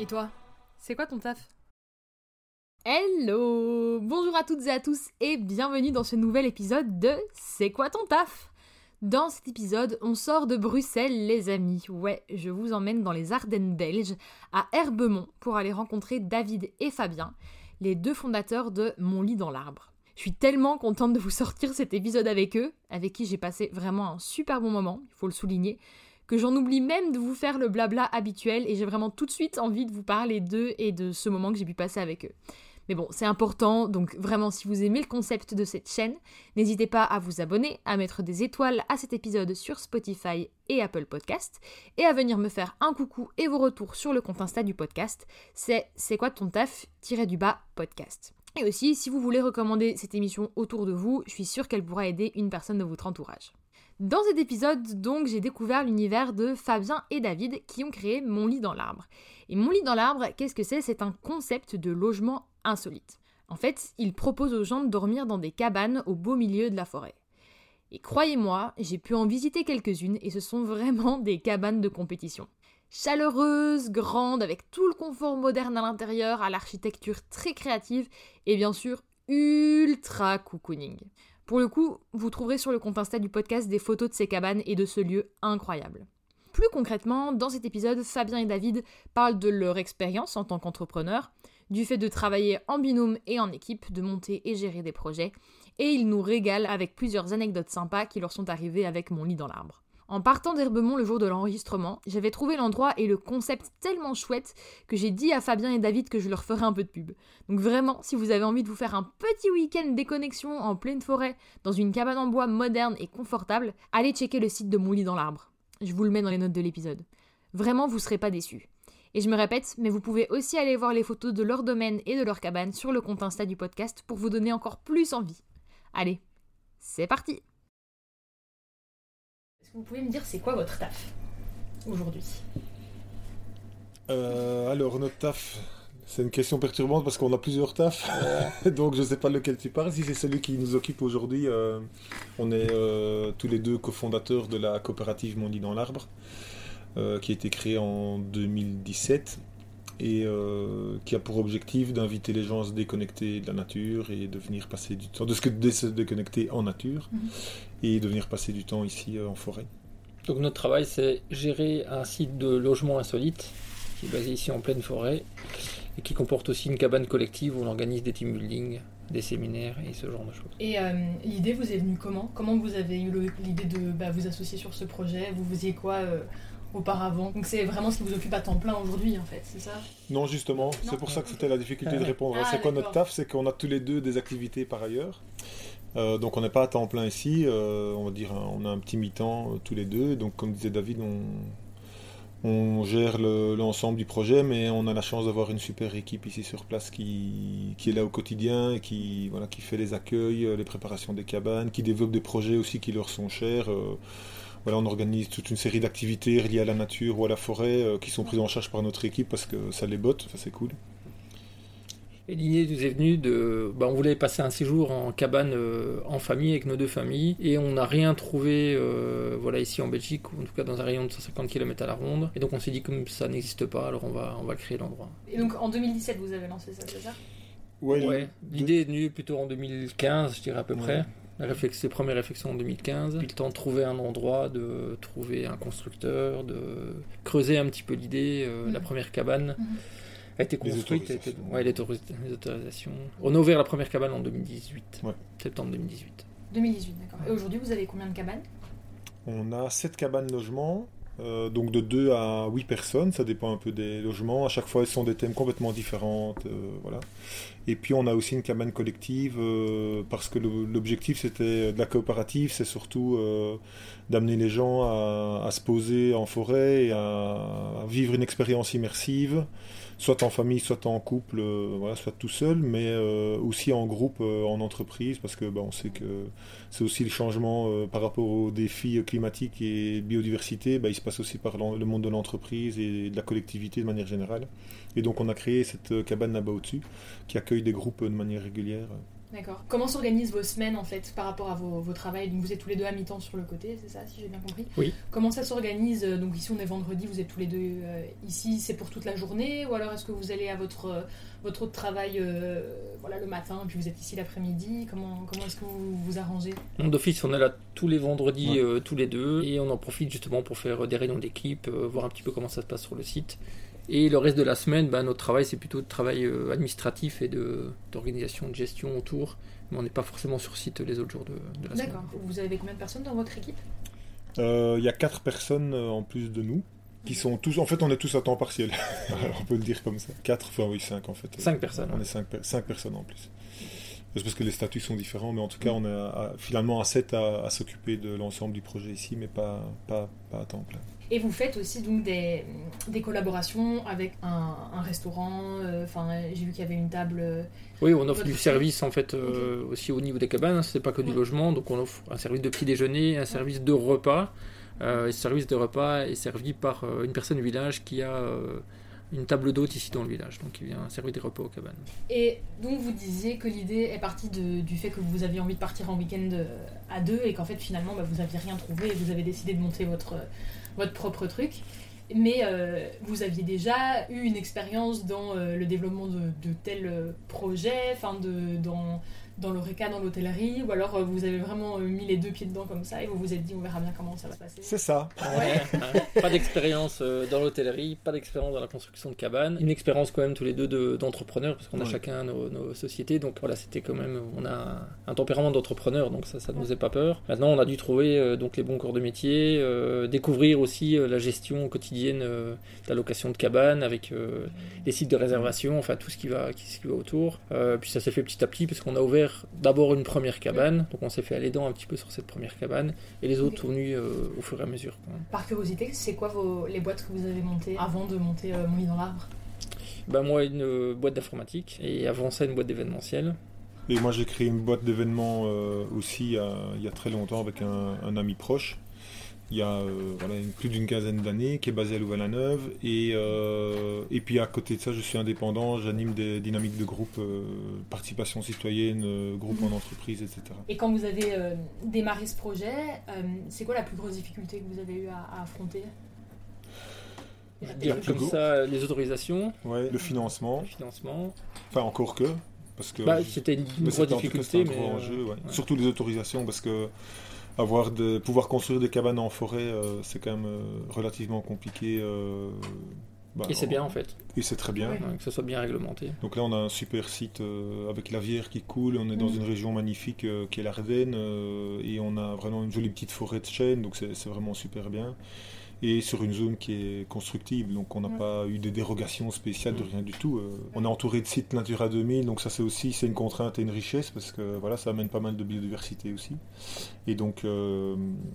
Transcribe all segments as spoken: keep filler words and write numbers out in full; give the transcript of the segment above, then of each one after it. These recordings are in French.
toi, c'est quoi ton taf ? Hello! Bonjour à toutes et à tous et bienvenue dans ce nouvel épisode de C'est quoi ton taf ? Dans cet épisode, on sort de Bruxelles les amis. Ouais, je vous emmène dans les Ardennes belges, à Herbemont, pour aller rencontrer David et Fabien, les deux fondateurs de Mon lit dans l'arbre. Je suis tellement contente de vous sortir cet épisode avec eux, avec qui j'ai passé vraiment un super bon moment, il faut le souligner, que j'en oublie même de vous faire le blabla habituel et j'ai vraiment tout de suite envie de vous parler d'eux et de ce moment que j'ai pu passer avec eux. Mais bon, c'est important, donc vraiment si vous aimez le concept de cette chaîne, n'hésitez pas à vous abonner, à mettre des étoiles à cet épisode sur Spotify et Apple Podcast, et à venir me faire un coucou et vos retours sur le compte Insta du podcast, c'est C'est quoi ton taf-du-bas podcast. Et aussi, si vous voulez recommander cette émission autour de vous, je suis sûre qu'elle pourra aider une personne de votre entourage. Dans cet épisode, donc, j'ai découvert l'univers de Fabien et David qui ont créé Mon lit dans l'arbre. Et Mon lit dans l'arbre, qu'est-ce que c'est ? C'est un concept de logement insolite. En fait, ils proposent aux gens de dormir dans des cabanes au beau milieu de la forêt. Et croyez-moi, j'ai pu en visiter quelques-unes et ce sont vraiment des cabanes de compétition. Chaleureuses, grandes, avec tout le confort moderne à l'intérieur, à l'architecture très créative et bien sûr ultra cocooning. Pour le coup, vous trouverez sur le compte Insta du podcast des photos de ces cabanes et de ce lieu incroyable. Plus concrètement, dans cet épisode, Fabien et David parlent de leur expérience en tant qu'entrepreneurs, du fait de travailler en binôme et en équipe, de monter et gérer des projets, et ils nous régalent avec plusieurs anecdotes sympas qui leur sont arrivées avec Mon lit dans l'arbre. En partant d'Herbemont le jour de l'enregistrement, j'avais trouvé l'endroit et le concept tellement chouette que j'ai dit à Fabien et David que je leur ferais un peu de pub. Donc vraiment, si vous avez envie de vous faire un petit week-end déconnexion en pleine forêt, dans une cabane en bois moderne et confortable, allez checker le site de Mon lit dans l'arbre. Je vous le mets dans les notes de l'épisode. Vraiment, vous serez pas déçus. Et je me répète, mais vous pouvez aussi aller voir les photos de leur domaine et de leur cabane sur le compte Insta du podcast pour vous donner encore plus envie. Allez, c'est parti! Est-ce que vous pouvez me dire c'est quoi votre taf aujourd'hui ? euh, Alors, notre taf, c'est une question perturbante parce qu'on a plusieurs tafs. Ouais. Donc, je ne sais pas lequel tu parles. Si c'est celui qui nous occupe aujourd'hui, euh, on est euh, tous les deux cofondateurs de la coopérative Mon lit dans l'arbre, euh, qui a été créée en deux mille dix-sept et euh, qui a pour objectif d'inviter les gens à se déconnecter de la nature et de venir passer du temps, de se, de se déconnecter en nature mmh. et de venir passer du temps ici euh, en forêt. Donc notre travail, c'est gérer un site de logement insolite qui est basé ici en pleine forêt et qui comporte aussi une cabane collective où on organise des team building, des séminaires et ce genre de choses. Et euh, l'idée vous est venue comment ? Comment vous avez eu le, l'idée de bah, vous associer sur ce projet ? Vous faisiez quoi euh, auparavant ? Donc c'est vraiment ce qui vous occupe à temps plein aujourd'hui en fait, c'est ça ? Non justement, non. C'est pour ça que c'était la difficulté ah, de répondre. Ah, c'est quoi d'accord. Notre taf ? C'est qu'on a tous les deux des activités par ailleurs. Euh, donc on n'est pas à temps plein ici, euh, on va dire on a un petit mi-temps euh, tous les deux. Donc comme disait David, on, on gère le, l'ensemble du projet, mais on a la chance d'avoir une super équipe ici sur place qui, qui est là au quotidien et qui, voilà, qui fait les accueils, les préparations des cabanes, qui développe des projets aussi qui leur sont chers. Euh, Voilà, on organise toute une série d'activités reliées à la nature ou à la forêt euh, qui sont prises en charge par notre équipe parce que ça les botte, ça c'est cool. Et l'idée nous est venue de... Bah, on voulait passer un séjour en cabane euh, en famille avec nos deux familles et on n'a rien trouvé euh, voilà, ici en Belgique, ou en tout cas dans un rayon de cent cinquante kilomètres à la ronde. Et donc on s'est dit comme ça n'existe pas, alors on va, on va créer l'endroit. Et donc en deux mille dix-sept vous avez lancé ça, c'est ça ? Ouais, ouais. L'idée est venue plutôt en deux mille quinze, je dirais à peu ouais. près. La réflexion, les premières réflexions en deux mille quinze, puis le temps de trouver un endroit, de trouver un constructeur, de creuser un petit peu l'idée. Euh, mmh. La première cabane mmh. a été construite, a été, ouais, les, autoris- les autorisations. On a ouvert la première cabane en deux mille dix-huit, ouais. septembre deux mille dix-huit. deux mille dix-huit, d'accord. Et aujourd'hui, vous avez combien de cabanes ? On a sept cabanes logements, euh, donc de deux à huit personnes, ça dépend un peu des logements. À chaque fois, ils sont des thèmes complètement différents, euh, voilà. Et puis on a aussi une cabane collective euh, parce que le, l'objectif c'était de la coopérative, c'est surtout euh, d'amener les gens à, à se poser en forêt et à, à vivre une expérience immersive, soit en famille, soit en couple, euh, voilà, soit tout seul, mais euh, aussi en groupe, euh, en entreprise, parce que bah, on sait que c'est aussi le changement euh, par rapport aux défis climatiques et biodiversité, bah, il se passe aussi par le monde de l'entreprise et de la collectivité de manière générale. Et donc on a créé cette cabane là-bas au-dessus, qui accueille des groupes de manière régulière. D'accord. Comment s'organisent vos semaines en fait par rapport à vos, vos travails? Donc vous êtes tous les deux à mi-temps sur le côté, c'est ça, si j'ai bien compris? Oui. Comment ça s'organise? Donc ici on est vendredi, vous êtes tous les deux euh, ici, c'est pour toute la journée? Ou alors est-ce que vous allez à votre, euh, votre autre travail euh, voilà, le matin, puis vous êtes ici l'après-midi? Comment, comment est-ce que vous vous arrangez? D'office, on est là tous les vendredis, Ouais. euh, tous les deux, et on en profite justement pour faire des réunions d'équipe, euh, voir un petit peu comment ça se passe sur le site. Et le reste de la semaine, ben, notre travail, c'est plutôt de travail euh, administratif et de, d'organisation, de gestion autour. Mais on n'est pas forcément sur site les autres jours de, de la semaine. D'accord. Vous avez combien de personnes dans votre équipe? Il euh, y a quatre personnes euh, en plus de nous, qui sont tous... En fait, on est tous à temps partiel. Alors, on peut le dire comme ça. Quatre, enfin oui, cinq en fait. Cinq personnes. On est cinq, cinq personnes en plus. C'est parce que les statuts sont différents, mais en tout cas, on est à, à, finalement à sept à, à s'occuper de l'ensemble du projet ici, mais pas, pas, pas à temps plein. Et vous faites aussi donc des, des collaborations avec un, un restaurant, enfin euh, j'ai vu qu'il y avait une table... Euh, oui, on offre du votre... service en fait euh, okay. aussi au niveau des cabanes, c'est pas que du ouais. logement, donc on offre un service de petit déjeuner, un service de repas. Euh, et ce service de repas est servi par euh, une personne du village qui a euh, une table d'hôte ici dans le village, donc il vient servir des repas aux cabanes. Et donc vous disiez que l'idée est partie de, du fait que vous aviez envie de partir en week-end à deux et qu'en fait finalement bah, vous n'aviez rien trouvé et vous avez décidé de monter votre... votre propre truc, mais euh, vous aviez déjà eu une expérience dans euh, le développement de, de tels projets, enfin de, dans, dans l'Horeca, dans l'hôtellerie, ou alors euh, vous avez vraiment euh, mis les deux pieds dedans comme ça et vous vous êtes dit on verra bien comment ça va se passer. C'est ça. Ouais. Pas d'expérience euh, dans l'hôtellerie, pas d'expérience dans la construction de cabanes, une expérience quand même tous les deux de, d'entrepreneurs parce qu'on a ouais. chacun nos, nos sociétés, donc voilà, c'était quand même, on a un tempérament d'entrepreneur, donc ça, ça ne nous faisait pas peur. Maintenant on a dû trouver euh, donc les bons corps de métier, euh, découvrir aussi euh, la gestion quotidienne euh, de la location de cabanes avec euh, les sites de réservation, enfin tout ce qui va, ce qui va autour. Euh, puis ça s'est fait petit à petit parce qu'on a ouvert d'abord une première cabane, donc on s'est fait aller dents un petit peu sur cette première cabane, et les autres sont venus euh, au fur et à mesure. Quoi. Par curiosité, c'est quoi vos, les boîtes que vous avez montées avant de monter euh, Mon lit dans l'arbre? Ben moi, une euh, boîte d'informatique, et avant ça, une boîte d'événementiel. Et moi, j'ai créé une boîte d'événements euh, aussi euh, il y a très longtemps avec un, un ami proche. Il y a euh, voilà, une, plus d'une quinzaine d'années, qui est basé à Louvain-la-Neuve. Et, euh, et puis à côté de ça, je suis indépendant, j'anime des dynamiques de groupe, euh, participation citoyenne, euh, groupe mmh. en entreprise, et cetera. Et quand vous avez euh, démarré ce projet, euh, c'est quoi la plus grosse difficulté que vous avez eu à, à affronter? Je dirais comme ça, les autorisations. Ouais, le financement. Le financement. Enfin, encore que. Parce que bah, c'était une mais grosse difficulté. Cas, un mais gros enjeu, ouais. Ouais. Surtout les autorisations, parce que avoir de, pouvoir construire des cabanes en forêt, euh, c'est quand même euh, relativement compliqué. Euh, bah, et c'est bien en fait. Et c'est très bien. Ouais, que ce soit bien réglementé. Donc là, on a un super site euh, avec la Vière qui coule. On est dans mmh. une région magnifique euh, qui est l'Ardenne. Euh, et on a vraiment une jolie petite forêt de chênes. Donc c'est, c'est vraiment super bien. Et sur une zone qui est constructible, donc on n'a ouais. pas eu de dérogations spéciales de rien du tout. Euh, on est entouré de sites Natura deux mille, donc ça c'est aussi c'est une contrainte et une richesse parce que voilà, ça amène pas mal de biodiversité aussi. Et donc, euh,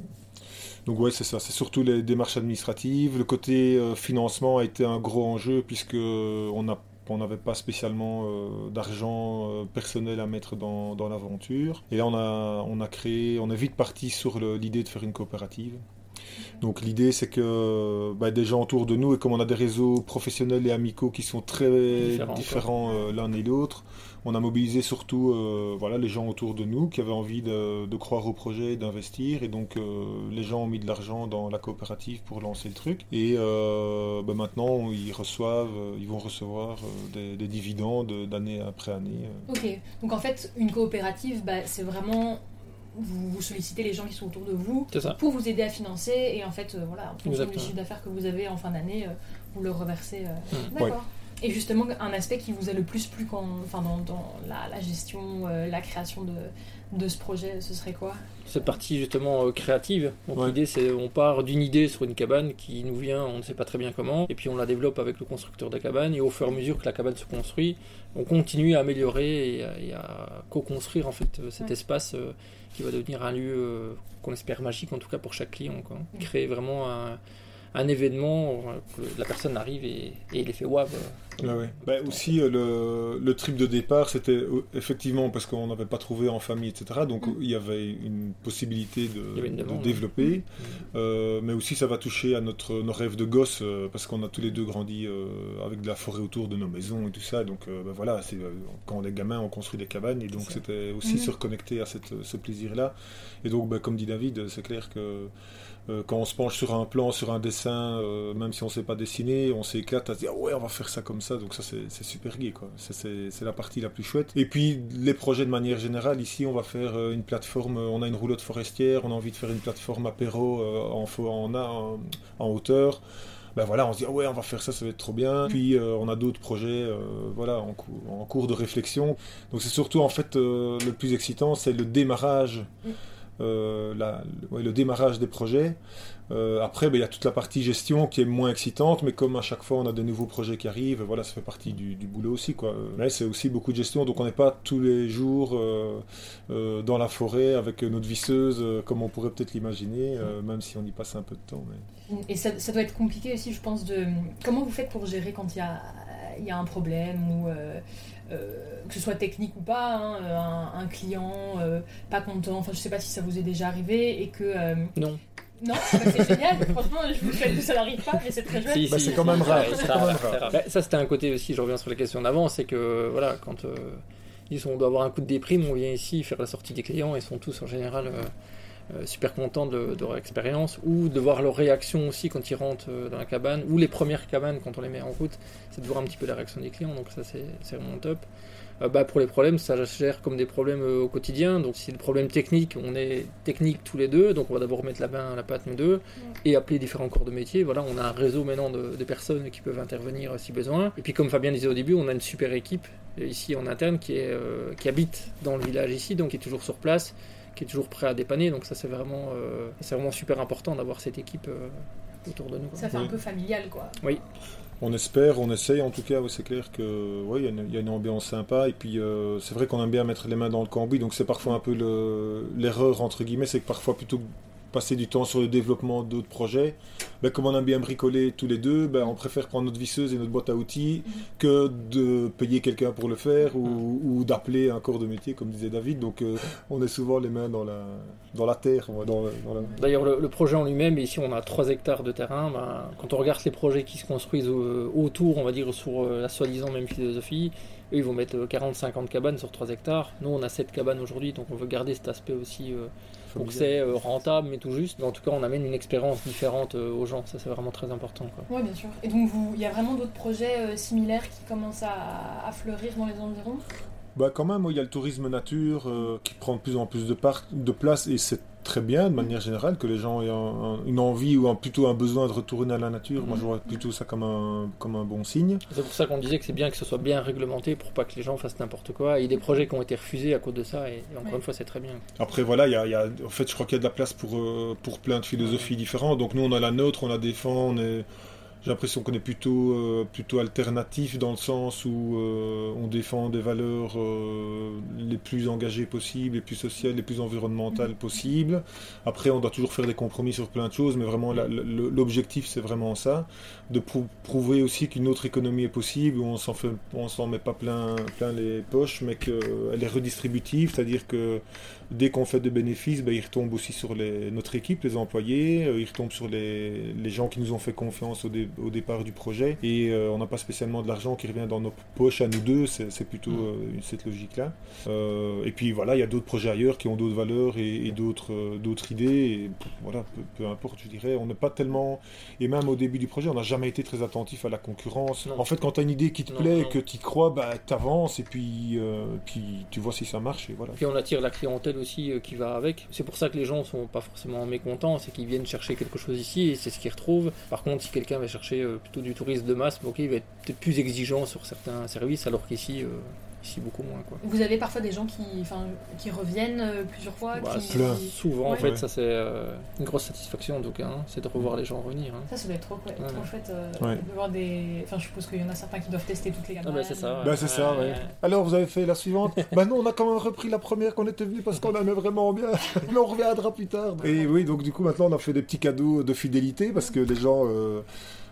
donc ouais, c'est ça, c'est surtout les démarches administratives. Le côté euh, financement a été un gros enjeu puisque on a on n'avait pas spécialement euh, d'argent euh, personnel à mettre dans, dans l'aventure. Et là on a on a créé, on est vite parti sur le, l'idée de faire une coopérative. Donc l'idée c'est que bah, des gens autour de nous, et comme on a des réseaux professionnels et amicaux qui sont très différents, différents euh, l'un et l'autre, on a mobilisé surtout euh, voilà, les gens autour de nous qui avaient envie de, de croire au projet, d'investir, et donc euh, les gens ont mis de l'argent dans la coopérative pour lancer le truc, et euh, bah, maintenant ils reçoivent, ils vont recevoir euh, des, des dividendes d'année après année. Ok, donc en fait une coopérative bah, c'est vraiment... Vous, vous sollicitez les gens qui sont autour de vous pour vous aider à financer et en fait euh, voilà, en fonction du chiffre d'affaires que vous avez en fin d'année, euh, vous le reversez. Euh... Mmh. D'accord. Ouais. Et justement, un aspect qui vous a le plus plu quand, enfin, dans, dans la, la gestion, euh, la création de, de ce projet, ce serait quoi? Cette partie justement euh, créative. Donc ouais. L'idée, c'est on part d'une idée sur une cabane qui nous vient, on ne sait pas très bien comment, et puis on la développe avec le constructeur de la cabane, et au fur et à mesure que la cabane se construit, on continue à améliorer et à, et à co-construire en fait cet ouais. espace euh, qui va devenir un lieu euh, qu'on espère magique en tout cas pour chaque client, quoi. Mmh. Créer vraiment un, un événement, euh, que la personne arrive et, et il est fait waouh, Ah ouais. Bah, aussi, euh, le, le trip de départ, c'était euh, effectivement parce qu'on n'avait pas trouvé en famille, et cetera. Donc mm. il y avait une possibilité de, une demande, de développer. Mm. Euh, mais aussi, ça va toucher à notre, nos rêves de gosse euh, parce qu'on a tous les deux grandi euh, avec de la forêt autour de nos maisons et tout ça. Donc euh, bah, voilà, c'est, euh, quand on est gamin, on construit des cabanes et donc c'est c'était aussi mm. se reconnecter à cette, ce plaisir-là. Et donc, bah, comme dit David, c'est clair que Euh, quand on se penche sur un plan, sur un dessin, euh, même si on ne sait pas dessiner, on s'éclate à se dire ah ouais, on va faire ça comme ça. Donc ça, c'est, c'est super gai, quoi. C'est, c'est, c'est la partie la plus chouette. Et puis les projets de manière générale, ici, on va faire euh, une plateforme. On a une roulotte forestière, on a envie de faire une plateforme apéro euh, en, en, en, en hauteur. Ben voilà, on se dit ah ouais, on va faire ça, ça va être trop bien. Puis euh, on a d'autres projets, euh, voilà, en, cou- en cours de réflexion. Donc c'est surtout en fait euh, le plus excitant, c'est le démarrage. Euh, la, le, ouais, le démarrage des projets. Euh, après, ben, y a toute la partie gestion qui est moins excitante, mais comme à chaque fois on a de nouveaux projets qui arrivent, voilà, ça fait partie du, du boulot aussi, quoi. Mais c'est aussi beaucoup de gestion, donc on n'est pas tous les jours euh, euh, dans la forêt avec notre visseuse, euh, comme on pourrait peut-être l'imaginer, euh, même si on y passe un peu de temps. Mais... Et ça, ça doit être compliqué aussi, je pense, de... Comment vous faites pour gérer quand il y a, y a un problème ou... Euh... Euh, que ce soit technique ou pas, hein, un, un client euh, pas content, enfin je sais pas si ça vous est déjà arrivé et que... Euh... Non. Non, c'est génial, franchement je vous souhaite que ça n'arrive pas, mais c'est très chouette. Si, bah, si, c'est quand même rare. C'est quand même rare. Bah, ça c'était un côté aussi, je reviens sur la question d'avant, c'est que voilà, quand euh, disons, on doit avoir un coup de déprime, on vient ici faire la sortie des clients, ils sont tous en général... Euh, Euh, super contents de, de leur expérience ou de voir leur réaction aussi quand ils rentrent euh, dans la cabane ou les premières cabanes quand on les met en route, c'est de voir un petit peu la réaction des clients, donc ça c'est, c'est vraiment top. Euh, bah, pour les problèmes, ça gère comme des problèmes euh, au quotidien, donc si le problème technique, on est technique tous les deux, donc on va d'abord mettre la main à la pâte nous deux ouais. et appeler différents corps de métier. Voilà, on a un réseau maintenant de, de personnes qui peuvent intervenir euh, si besoin, et puis comme Fabien disait au début, on a une super équipe euh, ici en interne qui, est, euh, qui habite dans le village ici, donc qui est toujours sur place, qui est toujours prêt à dépanner, donc ça c'est vraiment, euh, c'est vraiment super important d'avoir cette équipe euh, autour de nous. Quoi. Ça fait oui. un peu familial, quoi. Oui. On espère, on essaye en tout cas, oui, c'est clair que ouais, il y, y a une ambiance sympa, et puis euh, c'est vrai qu'on aime bien mettre les mains dans le cambouis, donc c'est parfois un peu le, l'erreur entre guillemets, c'est que parfois plutôt que passer du temps sur le développement d'autres projets, ben, comme on aime bien bricoler tous les deux, ben, on préfère prendre notre visseuse et notre boîte à outils mmh. que de payer quelqu'un pour le faire ou, mmh. ou d'appeler un corps de métier comme disait David, donc euh, on est souvent les mains dans la, dans la terre. Dans, dans la... D'ailleurs le, le projet en lui-même, ici on a trois hectares de terrain, ben, quand on regarde les projets qui se construisent au, autour, on va dire sur la soi-disant même philosophie, eux ils vont mettre quarante à cinquante cabanes sur trois hectares, nous on a sept cabanes aujourd'hui, donc on veut garder cet aspect aussi euh, pour que c'est euh, rentable mais tout juste, mais en tout cas on amène une expérience différente euh, aux gens, ça c'est vraiment très important. Oui bien sûr, et donc il y a vraiment d'autres projets euh, similaires qui commencent à, à fleurir dans les environs? Bah quand même, il y a le tourisme nature euh, qui prend de plus en plus de, par- de place et c'est très bien de manière générale que les gens aient un, un, une envie ou un, plutôt un besoin de retourner à la nature. Mmh. Moi je vois plutôt ça comme un, comme un bon signe. C'est pour ça qu'on disait que c'est bien que ce soit bien réglementé pour pas que les gens fassent n'importe quoi. Il y a des projets qui ont été refusés à cause de ça et, et encore ouais. une fois c'est très bien. Après voilà, il y a, il y a, en fait je crois qu'il y a de la place pour, euh, pour plein de philosophies ouais. différentes. Donc nous on a la nôtre, on la défend, on est... J'ai l'impression qu'on est plutôt, euh, plutôt alternatif dans le sens où euh, on défend des valeurs euh, les plus engagées possibles, les plus sociales, les plus environnementales possibles. Après, on doit toujours faire des compromis sur plein de choses, mais vraiment la, la, l'objectif c'est vraiment ça, de prou- prouver aussi qu'une autre économie est possible, où on s'en fait, on s'en met pas plein, plein les poches, mais qu'elle est redistributive, c'est-à-dire que dès qu'on fait des bénéfices, ben, ils retombent aussi sur les, notre équipe, les employés, euh, ils retombent sur les, les gens qui nous ont fait confiance au, dé, au départ du projet, et euh, on n'a pas spécialement de l'argent qui revient dans nos poches à nous deux, c'est, c'est plutôt euh, cette logique-là. Euh, et puis voilà, il y a d'autres projets ailleurs qui ont d'autres valeurs et, et d'autres, euh, d'autres idées, et pff, voilà, peu, peu importe, je dirais, on n'est pas tellement, et même au début du projet, on n'a jamais été très attentif à la concurrence. Non. En fait, quand tu as une idée qui te non, plaît, non. que tu y crois, bah, tu avances, et puis, euh, puis tu vois si ça marche, et voilà. Puis on attire la clientèle aussi euh, qui va avec. C'est pour ça que les gens sont pas forcément mécontents, c'est qu'ils viennent chercher quelque chose ici et c'est ce qu'ils retrouvent. Par contre, si quelqu'un va chercher euh, plutôt du tourisme de masse, ok, il va être peut-être plus exigeant sur certains services, alors qu'ici, euh, ici beaucoup moins, quoi. Vous avez parfois des gens qui, enfin, qui reviennent euh, plusieurs fois, bah, qui... plein. Souvent, ouais. en fait, ouais. ça c'est euh, une grosse satisfaction, donc, hein, c'est de revoir les gens revenir. Hein. Ça, ça doit être trop, ouais, ouais. trop chouette euh, ouais. de voir des. Enfin, je suppose qu'il y en a certains qui doivent tester toutes les gammes. Ah bah, c'est ça. Ouais. Bah, c'est ça, ouais. ouais. Alors, vous avez fait la suivante. Bah non, on a quand même repris la première qu'on était venu parce qu'on aimait vraiment bien. Mais on reviendra plus tard. Et oui, donc du coup, maintenant, on a fait des petits cadeaux de fidélité parce que les gens. Euh...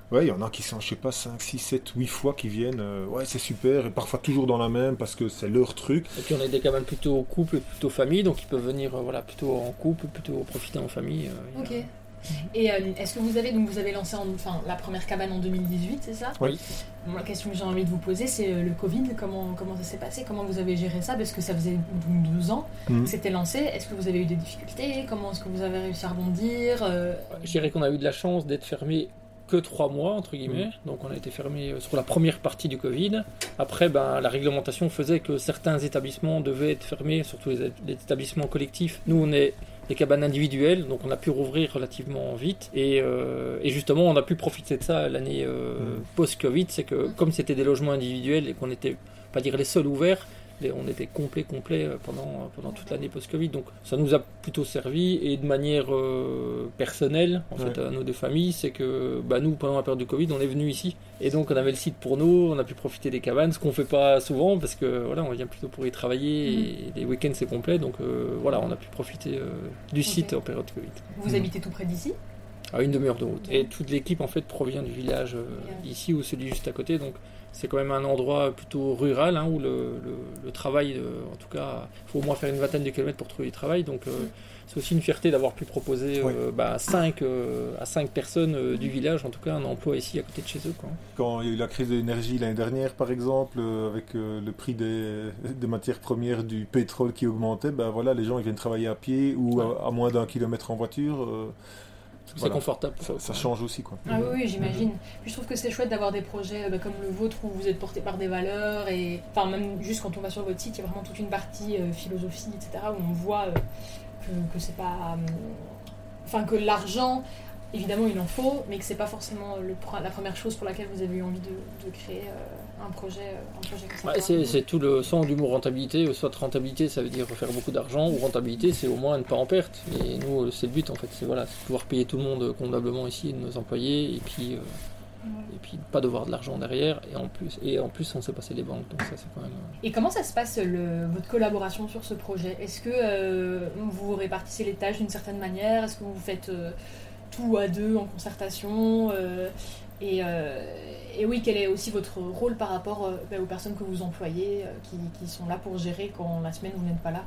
Ouais, il y en a qui sont, je sais pas, cinq, six, sept, huit fois qui viennent. Euh, ouais, c'est super. Et parfois toujours dans la même parce que c'est leur truc. Et puis on a des cabanes plutôt couple, plutôt famille, donc ils peuvent venir euh, voilà, plutôt en couple, plutôt profiter en famille. Euh, ok. Et euh, est-ce que vous avez, donc vous avez lancé en, enfin, la première cabane en deux mille dix-huit, c'est ça? Oui. Bon, la question que j'ai envie de vous poser, c'est euh, le Covid. Comment, comment ça s'est passé? Comment vous avez géré ça? Parce que ça faisait douze ans Mmh. que c'était lancé. Est-ce que vous avez eu des difficultés? Comment est-ce que vous avez réussi à rebondir? euh... Je dirais qu'on a eu de la chance d'être fermé que trois mois, entre guillemets. Mmh. Donc on a été fermé sur la première partie du Covid. Après, ben, la réglementation faisait que certains établissements devaient être fermés, surtout les, les établissements collectifs. Nous, on est des cabanes individuelles, donc on a pu rouvrir relativement vite. Et, euh, et justement, on a pu profiter de ça l'année euh, mmh. post-Covid. C'est que comme c'était des logements individuels et qu'on n'était pas dire les seuls ouverts, on était complet, complet pendant, pendant toute l'année post-Covid. Donc ça nous a plutôt servi. Et de manière euh, personnelle, en ouais. fait, à nos deux familles, c'est que bah, nous, pendant la période du Covid, on est venus ici. Et donc on avait le site pour nous, on a pu profiter des cabanes, ce qu'on ne fait pas souvent, parce que voilà, on vient plutôt pour y travailler, mmh. et les week-ends c'est complet. Donc euh, voilà, on a pu profiter euh, du okay. site en période Covid. Vous mmh. habitez tout près d'ici ? À une demi-heure de route. Et toute l'équipe en fait provient du village euh, okay. ici ou celui juste à côté. Donc c'est quand même un endroit plutôt rural hein, où le, le, le travail, euh, en tout cas, il faut au moins faire une vingtaine de kilomètres pour trouver du travail. Donc euh, c'est aussi une fierté d'avoir pu proposer oui. euh, bah, cinq, euh, à cinq personnes euh, du village, en tout cas, un emploi ici à côté de chez eux. Quoi. Quand il y a eu la crise de l'énergie l'année dernière, par exemple, euh, avec euh, le prix des, des matières premières, du pétrole qui augmentait, ben voilà, les gens ils viennent travailler à pied ou ouais. à, à moins d'un kilomètre en voiture. Euh, C'est voilà. confortable. Ça, ça change aussi. Quoi. Ah oui, oui j'imagine. Puis je trouve que c'est chouette d'avoir des projets bah, comme le vôtre où vous êtes porté par des valeurs. Et enfin, même juste quand on va sur votre site, il y a vraiment toute une partie euh, philosophie, et cetera, où on voit euh, que, que c'est pas. Euh, enfin, que l'argent, évidemment, il en faut, mais que c'est pas forcément le, la première chose pour laquelle vous avez eu envie de, de créer euh, un projet, un projet comme ça. Ouais, c'est, c'est tout le sens du mot rentabilité. Soit rentabilité, ça veut dire faire beaucoup d'argent, ou rentabilité, c'est au moins ne pas en perte. Et nous, c'est le but en fait, c'est voilà, c'est pouvoir payer tout le monde convenablement ici, nos employés, et puis, euh, ouais. et puis pas devoir de l'argent derrière. Et en plus, et en plus, on sait passer les banques, donc ça c'est quand même. Euh... Et comment ça se passe le, votre collaboration sur ce projet? Est-ce que euh, vous répartissez les tâches d'une certaine manière? Est-ce que vous faites euh, tout à deux en concertation euh, et, euh, et oui, quel est aussi votre rôle par rapport euh, bah, aux personnes que vous employez, euh, qui, qui sont là pour gérer quand la semaine vous n'êtes pas là?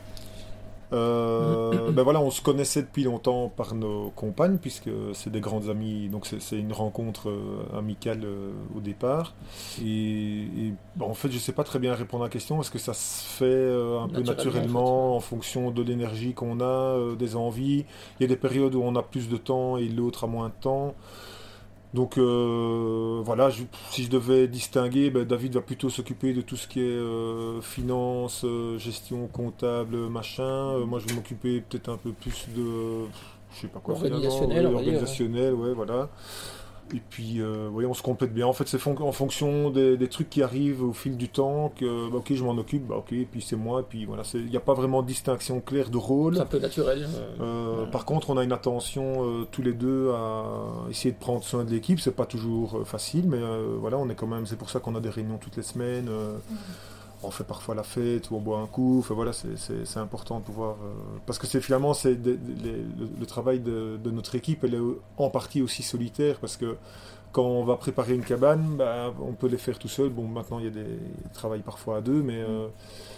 Euh, ben voilà, on se connaissait depuis longtemps par nos compagnes, puisque c'est des grandes amies, donc c'est, c'est une rencontre euh, amicale euh, au départ. Et, et bon, en fait, je sais pas très bien répondre à la question, est-ce que ça se fait euh, un peu naturellement, en, fait. en fonction de l'énergie qu'on a, euh, des envies. Il y a des périodes où on a plus de temps et l'autre a moins de temps. Donc euh, voilà, je, si je devais distinguer, ben David va plutôt s'occuper de tout ce qui est euh, finance, euh, gestion comptable, machin. Euh, moi je vais m'occuper peut-être un peu plus de, je sais pas quoi, organisationnel, ouais, organisationnel, ouais, voilà. Et puis, euh, oui, on se complète bien. En fait, c'est fon- en fonction des, des trucs qui arrivent au fil du temps que, bah, ok, je m'en occupe, bah, ok, et puis c'est moi, et puis voilà. Il n'y a pas vraiment de distinction claire de rôle. C'est un peu naturel. Euh, euh, ouais. Par contre, on a une attention euh, tous les deux à essayer de prendre soin de l'équipe. C'est pas toujours euh, facile, mais euh, voilà, on est quand même. C'est pour ça qu'on a des réunions toutes les semaines. Euh, mmh. On fait parfois la fête ou on boit un coup. Enfin voilà, c'est, c'est, c'est important de pouvoir euh, parce que c'est finalement c'est de, de, de, le, le travail de, de notre équipe. Elle est en partie aussi solitaire parce que quand on va préparer une cabane, bah, on peut les faire tout seul. Bon, maintenant il y a des ils travaillent parfois à deux, mais euh,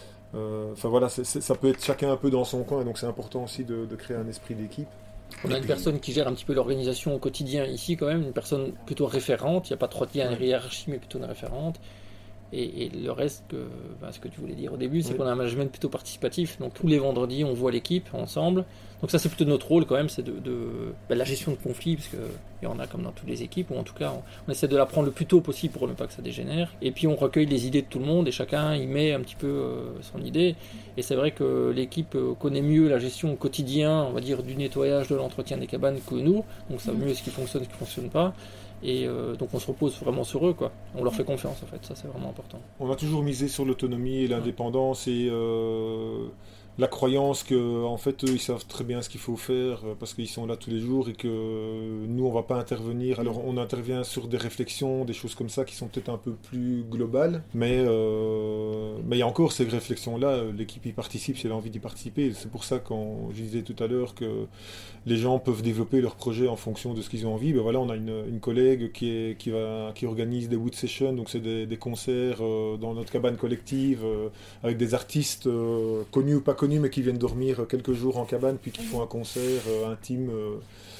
euh, enfin voilà, c'est, c'est, ça peut être chacun un peu dans son coin. Et donc c'est important aussi de, de créer un esprit d'équipe. On a une personne qui gère un petit peu l'organisation au quotidien ici quand même, une personne plutôt référente. Il n'y a pas trop de lien hiérarchie, mais plutôt une référente. Et, et le reste, que, ben, ce que tu voulais dire au début, c'est oui. qu'on a un management plutôt participatif. Donc tous les vendredis, on voit l'équipe ensemble. Donc ça, c'est plutôt notre rôle quand même, c'est de, de ben, la gestion de conflits, parce qu'il y en a comme dans toutes les équipes, ou en tout cas, on, on essaie de la prendre le plus tôt possible pour ne pas que ça dégénère. Et puis on recueille les idées de tout le monde et chacun y met un petit peu euh, son idée. Et c'est vrai que l'équipe connaît mieux la gestion au quotidien, on va dire, du nettoyage, de l'entretien des cabanes que nous. Donc ça veut mieux ce qui fonctionne, ce qui ne fonctionne pas. Et euh, donc on se repose vraiment sur eux, quoi. On leur fait confiance en fait, ça c'est vraiment important. On a toujours misé sur l'autonomie et l'indépendance et euh, la croyance que en fait eux ils savent très bien ce qu'il faut faire euh, parce qu'ils sont là tous les jours et que euh, nous on va pas intervenir. Alors on intervient sur des réflexions, des choses comme ça qui sont peut-être un peu plus globales, mais euh, mais il y a encore ces réflexions là. L'équipe y participe si elle a envie d'y participer. C'est pour ça quand je disais tout à l'heure que les gens peuvent développer leur projet en fonction de ce qu'ils ont envie. Ben voilà, on a une, une collègue qui est qui va qui organise des wood sessions, donc c'est des, des concerts euh, dans notre cabane collective euh, avec des artistes euh, connus ou pas connus mais qui viennent dormir quelques jours en cabane puis qui font un concert euh, intime euh,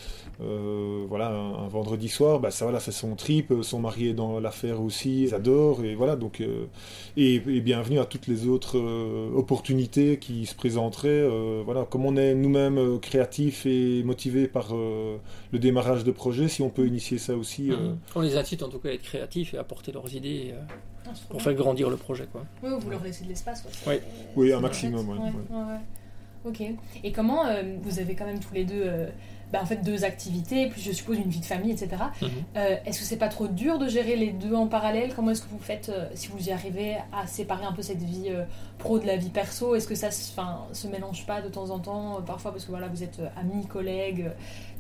euh, voilà un, un vendredi soir. Bah ça voilà, c'est son trip, son mari est dans l'affaire aussi, ils adorent et voilà donc euh, et, et bienvenue à toutes les autres euh, opportunités qui se présenteraient euh, voilà, comme on est nous-mêmes euh, créatifs et motivés par euh, le démarrage de projet, si on peut initier ça aussi. Euh... Mmh. On les incite en tout cas à être créatifs et à apporter leurs idées euh, ah, pour faire grandir le projet quoi. Oui, vous leur laissez de l'espace quoi. Oui, oui un maximum. Ouais, ouais, ouais. Ouais, ouais. Ok. Et comment euh, vous avez quand même tous les deux euh, bah, en fait deux activités, plus je suppose une vie de famille, et cetera. Mm-hmm. Euh, est-ce que c'est pas trop dur de gérer les deux en parallèle? Comment est-ce que vous faites euh, si vous y arrivez à séparer un peu cette vie euh, pro de la vie perso? Est-ce que ça se, se mélange pas de temps en temps euh, parfois parce que voilà vous êtes euh, amis, collègues,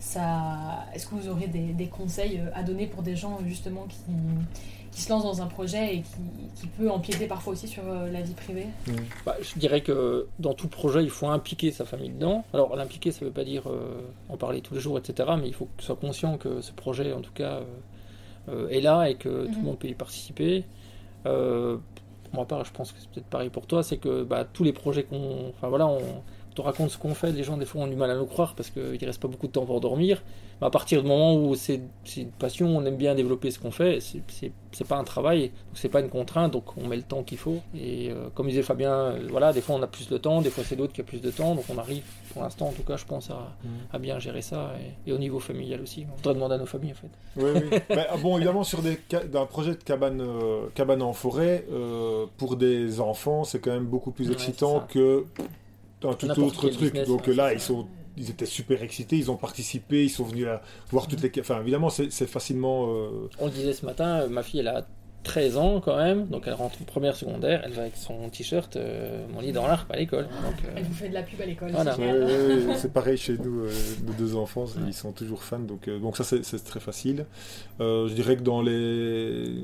ça... Est-ce que vous aurez des, des conseils euh, à donner pour des gens justement qui qui se lance dans un projet et qui, qui peut empiéter parfois aussi sur euh, la vie privée? Mmh. Bah, je dirais que dans tout projet, il faut impliquer sa famille dedans. Alors, l'impliquer, ça ne veut pas dire euh, en parler tous les jours, et cetera. Mais il faut qu'il soit conscient que ce projet, en tout cas, euh, euh, est là et que mmh. tout le monde peut y participer. Euh, pour ma part, je pense que c'est peut-être pareil pour toi, c'est que bah, tous les projets qu'on... Enfin, voilà, on... on raconte ce qu'on fait, les gens des fois ont du mal à nous croire parce qu'il ne reste pas beaucoup de temps pour dormir. Mais à partir du moment où c'est, c'est une passion, on aime bien développer ce qu'on fait, c'est, c'est, c'est pas un travail, donc c'est pas une contrainte, donc on met le temps qu'il faut. Et euh, comme disait Fabien, euh, voilà, des fois on a plus de temps, des fois c'est d'autres qui ont plus de temps, donc on arrive, pour l'instant en tout cas, je pense à, mmh. à bien gérer ça, et, et au niveau familial aussi. On devrait demander à nos familles en fait. Oui, oui. Mais, bon, évidemment, sur des, d'un projet de cabane, euh, cabane en forêt, euh, pour des enfants, c'est quand même beaucoup plus ouais, excitant que un tout autre truc. Business, donc hein, là, ils sont, ils étaient super excités, ils ont participé, ils sont venus là voir toutes les. Enfin, évidemment, c'est, c'est facilement. Euh... On le disait ce matin, ma fille, elle a treize ans quand même, donc elle rentre en première secondaire, elle va avec son t-shirt, euh, mon lit dans l'arbre à l'école. Donc, euh... Elle vous fait de la pub à l'école. Voilà. C'est, ouais, c'est pareil chez nous, euh, nos deux enfants, ouais. Ils sont toujours fans, donc, euh, donc ça c'est, c'est très facile. Euh, je dirais que dans les,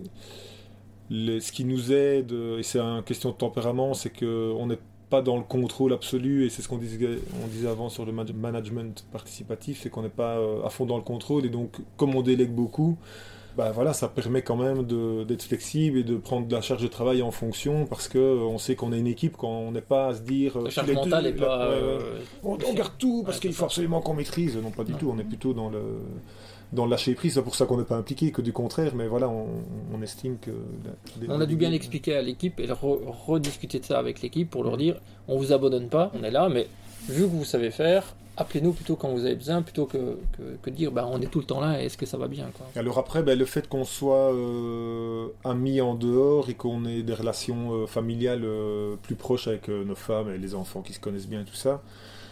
les, ce qui nous aide, et c'est une question de tempérament, c'est qu'on est pas dans le contrôle absolu, et c'est ce qu'on disait, on disait avant sur le management participatif, c'est qu'on n'est pas à fond dans le contrôle, et donc comme on délègue beaucoup, bah voilà, ça permet quand même de, d'être flexible et de prendre de la charge de travail en fonction, parce qu'on sait qu'on est une équipe, quand on n'est pas à se dire... La charge mentale n'est pas... Ouais, ouais. On, on garde tout, parce ouais, qu'il faut absolument qu'on maîtrise. Non, pas du ouais. tout, on est plutôt dans le... dans le lâcher prise, c'est pour ça qu'on n'est pas impliqué, que du contraire, mais voilà, on, on estime que... Les, on a dû bien l'expliquer à l'équipe et re, rediscuter de ça avec l'équipe pour leur dire, on vous abandonne pas, on est là, mais vu que vous savez faire, appelez-nous plutôt quand vous avez besoin, plutôt que, que, que de dire, bah, on est tout le temps là, est-ce que ça va bien quoi. Alors après, bah, le fait qu'on soit euh, amis en dehors et qu'on ait des relations euh, familiales euh, plus proches avec euh, nos femmes et les enfants qui se connaissent bien et tout ça,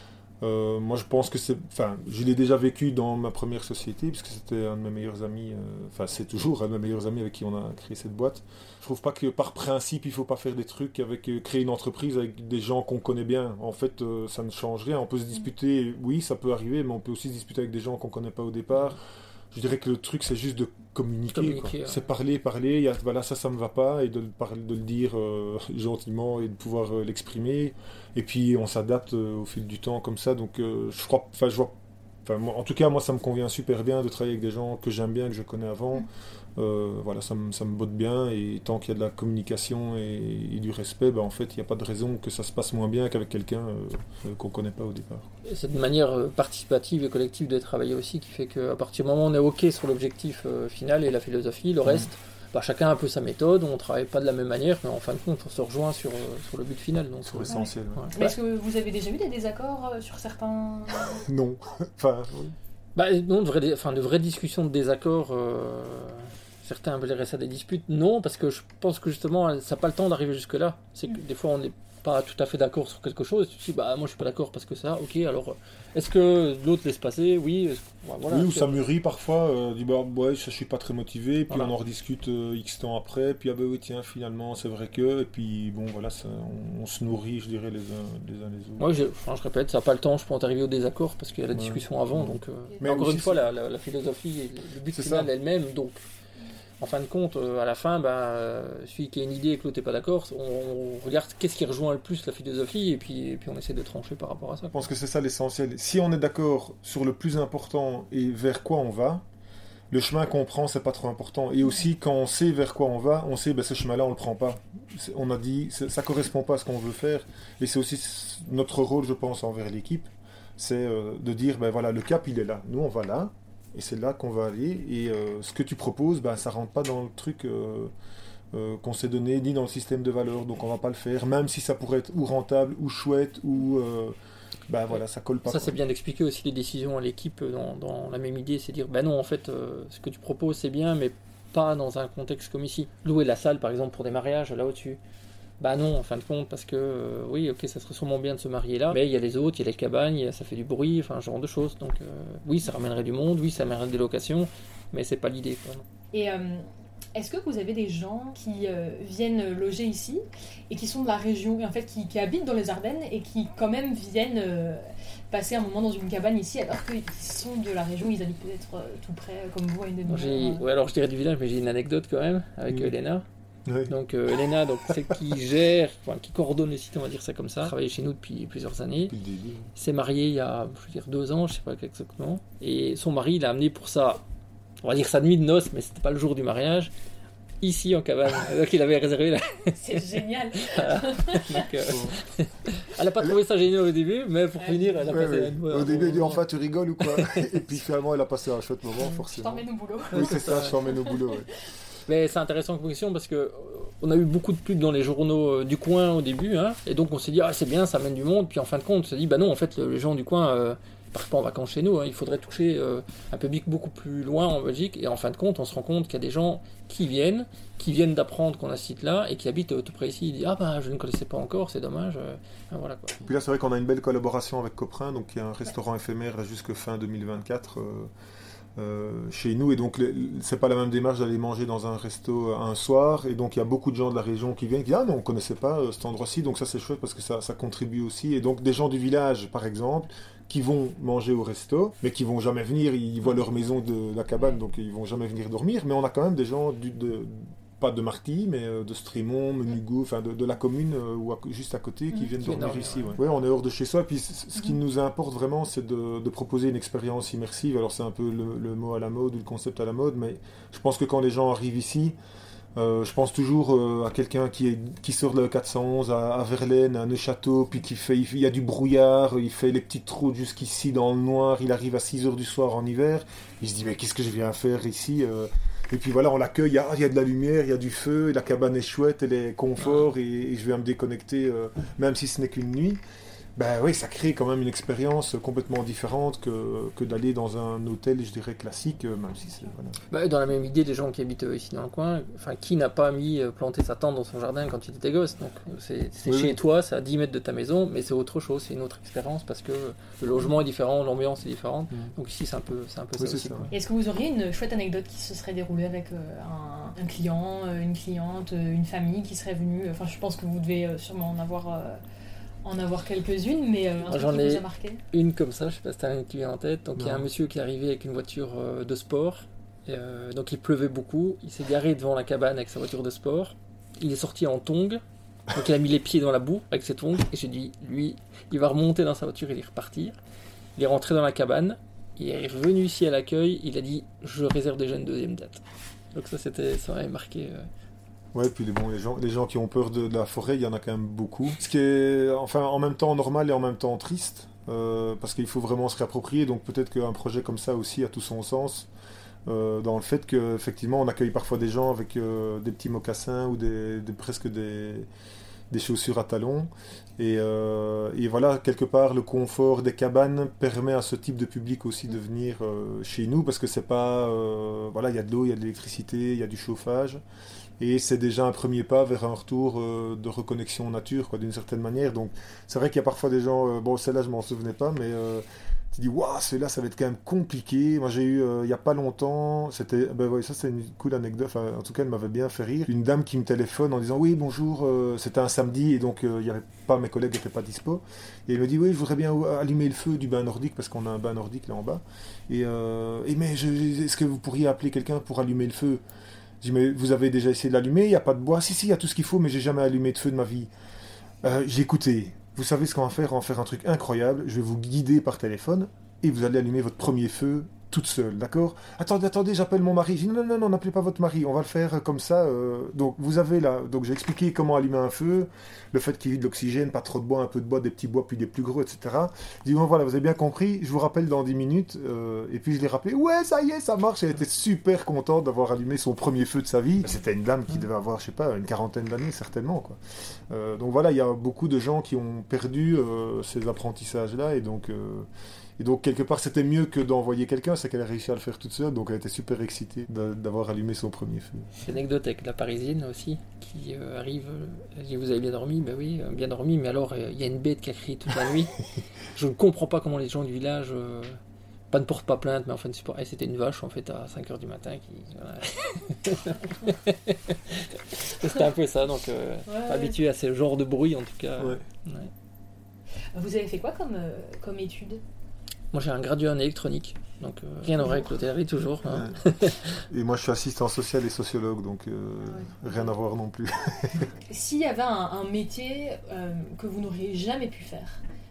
Euh, moi je pense que c'est, enfin, je l'ai déjà vécu dans ma première société puisque c'était un de mes meilleurs amis, enfin euh, c'est toujours un de mes meilleurs amis avec qui on a créé cette boîte. Je trouve pas que par principe il faut pas faire des trucs avec euh, créer une entreprise avec des gens qu'on connaît bien. En fait euh, ça ne change rien. On peut se disputer, oui ça peut arriver, mais on peut aussi se disputer avec des gens qu'on connaît pas au départ. Je dirais que le truc c'est juste de communiquer, communiquer quoi. Ouais. C'est parler, parler, il y a, voilà ça ça me va pas, et de le, parler, de le dire euh, gentiment et de pouvoir euh, l'exprimer, et puis on s'adapte euh, au fil du temps comme ça, donc euh, je crois, enfin je vois, enfin moi, en tout cas moi ça me convient super bien de travailler avec des gens que j'aime bien, que je connais avant, mmh. euh, voilà ça me, ça me botte bien, et tant qu'il y a de la communication et, et du respect, ben, en fait il n'y a pas de raison que ça se passe moins bien qu'avec quelqu'un euh, qu'on connaît pas au départ. Et cette manière participative et collective de travailler aussi qui fait qu'à partir du moment où on est ok sur l'objectif euh, final et la philosophie, le mmh. reste, bah, chacun a un peu sa méthode, on ne travaille pas de la même manière, mais en fin de compte on se rejoint sur, euh, sur le but final. Donc, c'est essentiel. Ouais. Ouais. Mais est-ce que vous avez déjà eu des désaccords euh, sur certains... Non. enfin, oui. bah, non, de vraies, enfin, de vraies discussions de désaccords, euh, certains appelleraient ça des disputes, non, parce que je pense que justement ça n'a pas le temps d'arriver jusque-là. C'est que mmh. des fois on est pas tout à fait d'accord sur quelque chose, tu te dis bah moi je suis pas d'accord parce que ça, ok, alors est-ce que l'autre laisse passer? Oui, bah, voilà, oui, ou ça mûrit parfois, euh, dit bah ouais, ça, je suis pas très motivé, puis voilà. on en rediscute euh, X temps après, puis ah bah oui, tiens, finalement, c'est vrai que, et puis bon, voilà, ça, on, on se nourrit, je dirais, les uns les, uns les autres. Moi, je, enfin, je répète, ça n'a pas le temps, je pense, d'arriver au désaccord parce qu'il y a la Ouais. discussion avant, Ouais. donc. Euh, Mais encore aussi, une fois, c'est- la, la, la philosophie, le but C'est final ça. est le même, donc. En fin de compte, euh, à la fin, bah, euh, celui qui a une idée et que l'autre n'est pas d'accord, on, on regarde qu'est-ce qui rejoint le plus la philosophie et puis, et puis on essaie de trancher par rapport à ça. Je pense que c'est ça l'essentiel. Si on est d'accord sur le plus important et vers quoi on va, le chemin qu'on prend, c'est pas trop important. Et aussi, quand on sait vers quoi on va, on sait, ben, ce chemin-là, on le prend pas. C'est- On a dit, c'est- ça correspond pas à ce qu'on veut faire. Et c'est aussi s- notre rôle, je pense, envers l'équipe, c'est euh, de dire, ben voilà, le cap, il est là. Nous, on va là, et c'est là qu'on va aller. Et euh, ce que tu proposes, ben, ça rentre pas dans le truc euh, euh, qu'on s'est donné, ni dans le système de valeurs. Donc, on va pas le faire, même si ça pourrait être ou rentable, ou chouette, ou euh, ben voilà, ça colle pas. Ça, quoi. c'est bien d'expliquer aussi les décisions à l'équipe dans, dans la même idée, c'est dire, ben non, en fait, euh, ce que tu proposes, c'est bien, mais pas dans un contexte comme ici. Louer la salle, par exemple, pour des mariages, là au-dessus. Bah non, en fin de compte, parce que, euh, oui, ok, ça serait sûrement bien de se marier là, mais il y a les autres, il y a les cabanes, il y a- ça fait du bruit, enfin, ce genre de choses. Donc, euh, oui, ça ramènerait du monde, oui, ça amènerait des locations, mais c'est pas l'idée, quoi. non. Et euh, est-ce que vous avez des gens qui euh, viennent loger ici et qui sont de la région, et en fait qui, qui habitent dans les Ardennes et qui quand même viennent euh, passer un moment dans une cabane ici alors qu'ils sont de la région, ils habitent peut-être euh, tout près comme vous à une Bon, j'ai- demi-heure. euh. ouais, alors je dirais du village, mais j'ai une anecdote quand même avec Mm. euh, Elena. Ouais. Donc euh, Elena, donc, c'est qui gère, enfin, qui coordonne le site, on va dire ça comme ça. Elle travaille chez nous depuis plusieurs années. Depuis le début. S'est mariée il y a, je veux dire, deux ans, je sais pas exactement. Et son mari l'a amené pour sa, on va dire sa nuit de noces, mais c'était pas le jour du mariage, ici en cabane. Donc il avait réservé là. C'est génial. Donc, euh, elle a pas trouvé ça génial au début, mais pour Ouais. finir, elle a Ouais, passé ouais. la nuit. Au début, elle dit enfin tu rigoles ou quoi? Et puis finalement, elle a passé un chouette moment, Je forcément. t'emmène au boulot. Oui, c'est ça, je t'emmène au boulot. Ouais. Mais c'est intéressant comme question parce que euh, on a eu beaucoup de pubs dans les journaux euh, du coin au début, hein, et donc on s'est dit ah c'est bien, ça amène du monde. Puis en fin de compte, on s'est dit bah non, en fait le- les gens du coin euh, partent pas en vacances chez nous. Hein, il faudrait toucher euh, un public beaucoup plus loin en Belgique. Et en fin de compte, on se rend compte qu'il y a des gens qui viennent, qui viennent d'apprendre qu'on a ce site-là et qui habitent euh, tout près ici. Ils disent ah bah je ne connaissais pas encore, c'est dommage. Euh, enfin, voilà quoi. Puis là, c'est vrai qu'on a une belle collaboration avec Coprin, donc il y a un restaurant éphémère là, jusque fin deux mille vingt-quatre. euh, Euh, chez nous, et donc le- c'est pas la même démarche d'aller manger dans un resto un soir, et donc il y a beaucoup de gens de la région qui viennent qui disent ah mais on connaissait pas euh, cet endroit-ci, donc ça c'est chouette parce que ça, ça contribue aussi, et donc des gens du village par exemple qui vont manger au resto mais qui vont jamais venir, ils voient leur maison de la cabane donc ils vont jamais venir dormir, mais on a quand même des gens du, de, pas de Marty mais euh, de Strémont, Menugo, enfin de, de la commune euh, ou à- juste à côté qui Mhm. viennent Qui dormir viennent dormir, ici. ouais. Ouais. Ouais, on est hors de chez soi, puis c- ce qui Mhm. nous importe vraiment c'est de, de proposer une expérience immersive. Alors c'est un peu le, le mot à la mode ou le concept à la mode, mais je pense que quand les gens arrivent ici, euh, je pense toujours euh, à quelqu'un qui, est, qui sort de la quatre cent onze à, à Verlaine, à Neuchâteau, puis qui fait, il, fait- il y a du brouillard, il fait les petites routes jusqu'ici dans le noir, il arrive à six heures du soir en hiver, il se dit mais qu'est-ce que je viens faire ici euh Et puis voilà, on l'accueille, il y, a, il y a de la lumière, il y a du feu, et la cabane est chouette, elle est confort, et, et je viens me déconnecter, euh, même si ce n'est qu'une nuit. Ben oui, ça crée quand même une expérience complètement différente que, que d'aller dans un hôtel, je dirais, classique, euh, même si c'est... Voilà. Bah, dans la même idée, des gens qui habitent euh, ici dans le coin, enfin, qui n'a pas mis euh, planter sa tente dans son jardin quand il était gosse. Donc euh, c'est c'est Oui, chez oui. toi, c'est à dix mètres de ta maison, mais c'est autre chose, c'est une autre expérience parce que le logement est différent, l'ambiance est différente. Mhm. Donc ici, c'est un peu, c'est un peu Oui, ça c'est aussi. ça. quoi. Et est-ce que vous auriez une chouette anecdote qui se serait déroulée avec euh, un, un client, euh, une cliente, euh, une famille qui serait venue? Enfin, je pense que vous devez euh, sûrement en avoir, euh, en avoir quelques-unes, mais euh, un truc J'en qui ai- vous a marqué? Une comme ça, je sais pas si t'as une qui vient en tête. Donc il y a un Non. monsieur qui est arrivé avec une voiture euh, de sport. Et, euh, donc il pleuvait beaucoup. Il s'est garé devant la cabane avec sa voiture de sport. Il est sorti en tongs. Donc il a mis les pieds dans la boue avec ses tongs. Et j'ai dit, lui, il va remonter dans sa voiture et il est repartir. Il est rentré dans la cabane. Il est revenu ici à l'accueil. Il a dit, je réserve déjà une deuxième date. Donc ça, c'était, ça avait marqué. euh, Ouais, puis les, bon, les, gens, les gens qui ont peur de, de la forêt, il y en a quand même beaucoup. Ce qui est enfin, en même temps normal et en même temps triste, euh, parce qu'il faut vraiment se réapproprier, donc peut-être qu'un projet comme ça aussi a tout son sens, euh, dans le fait qu'effectivement on accueille parfois des gens avec euh, des petits mocassins ou des, des- presque des, des chaussures à talons. Et, euh, et voilà, quelque part, le confort des cabanes permet à ce type de public aussi de venir euh, chez nous, parce que c'est pas... Euh, voilà, il y a de l'eau, il y a de l'électricité, il y a du chauffage, et c'est déjà un premier pas vers un retour euh, de reconnexion nature, quoi, d'une certaine manière. Donc, c'est vrai qu'il y a parfois des gens... Euh, bon, celle-là, je m'en souvenais pas, mais... Euh, tu dis, waouh, celui-là, ça va être quand même compliqué. Moi, j'ai eu, euh, il n'y a pas longtemps, c'était, ben ouais, ça, c'est une cool anecdote. Enfin, en tout cas, elle m'avait bien fait rire. Une dame qui me téléphone en disant, oui, bonjour, euh, c'était un samedi, et donc, euh, il y avait pas, mes collègues n'étaient pas dispo. Et elle me dit, oui, je voudrais bien allumer le feu du bain nordique, parce qu'on a un bain nordique là en bas. Et, euh, et mais, je, est-ce que vous pourriez appeler quelqu'un pour allumer le feu? Je dis, mais vous avez déjà essayé de l'allumer? Il n'y a pas de bois? Si, si, il y a tout ce qu'il faut, mais j'ai jamais allumé de feu de ma vie. Euh, j'ai écouté. Vous savez ce qu'on va faire? On va faire un truc incroyable. Je vais vous guider par téléphone et vous allez allumer votre premier feu toute seule, d'accord? Attendez, attendez, j'appelle mon mari. Je dis non, non, non, n'appelez pas votre mari. On va le faire comme ça. Euh... Donc vous avez là. Donc j'ai expliqué comment allumer un feu, le fait qu'il y ait de l'oxygène, pas trop de bois, un peu de bois, des petits bois, puis des plus gros, et cetera. Je dis bon voilà, vous avez bien compris. Je vous rappelle dans dix minutes. Euh... Et puis je l'ai rappelé. Ouais, ça y est, ça marche. Elle était super contente d'avoir allumé son premier feu de sa vie. C'était une dame qui devait avoir, je sais pas, une quarantaine d'années certainement, quoi. Euh, donc voilà, il y a beaucoup de gens qui ont perdu euh, ces apprentissages-là, et donc, euh, et donc quelque part c'était mieux que d'envoyer quelqu'un, c'est qu'elle a réussi à le faire toute seule, donc elle était super excitée de, d'avoir allumé son premier feu. L'anecdote avec la Parisienne aussi, qui euh, arrive, elle dit vous avez bien dormi? Ben oui, euh, bien dormi, mais alors il euh, y a une bête qui a crié toute la nuit. Je ne comprends pas comment les gens du village... Euh... pas ne porte pas plainte, mais enfin support... et c'était une vache en fait à cinq heures du matin qui voilà. C'était un peu ça, donc euh, ouais, habitué ouais. à ce genre de bruit en tout cas. Ouais. Ouais. Vous avez fait quoi comme, euh, comme étude? Moi j'ai un gradué en électronique, donc euh, rien à voir avec l'hôtellerie toujours. Hein. Ouais. Et moi je suis assistant social et sociologue, donc euh, ouais. rien à voir non plus. S'il y avait un, un métier euh, que vous n'auriez jamais pu faire?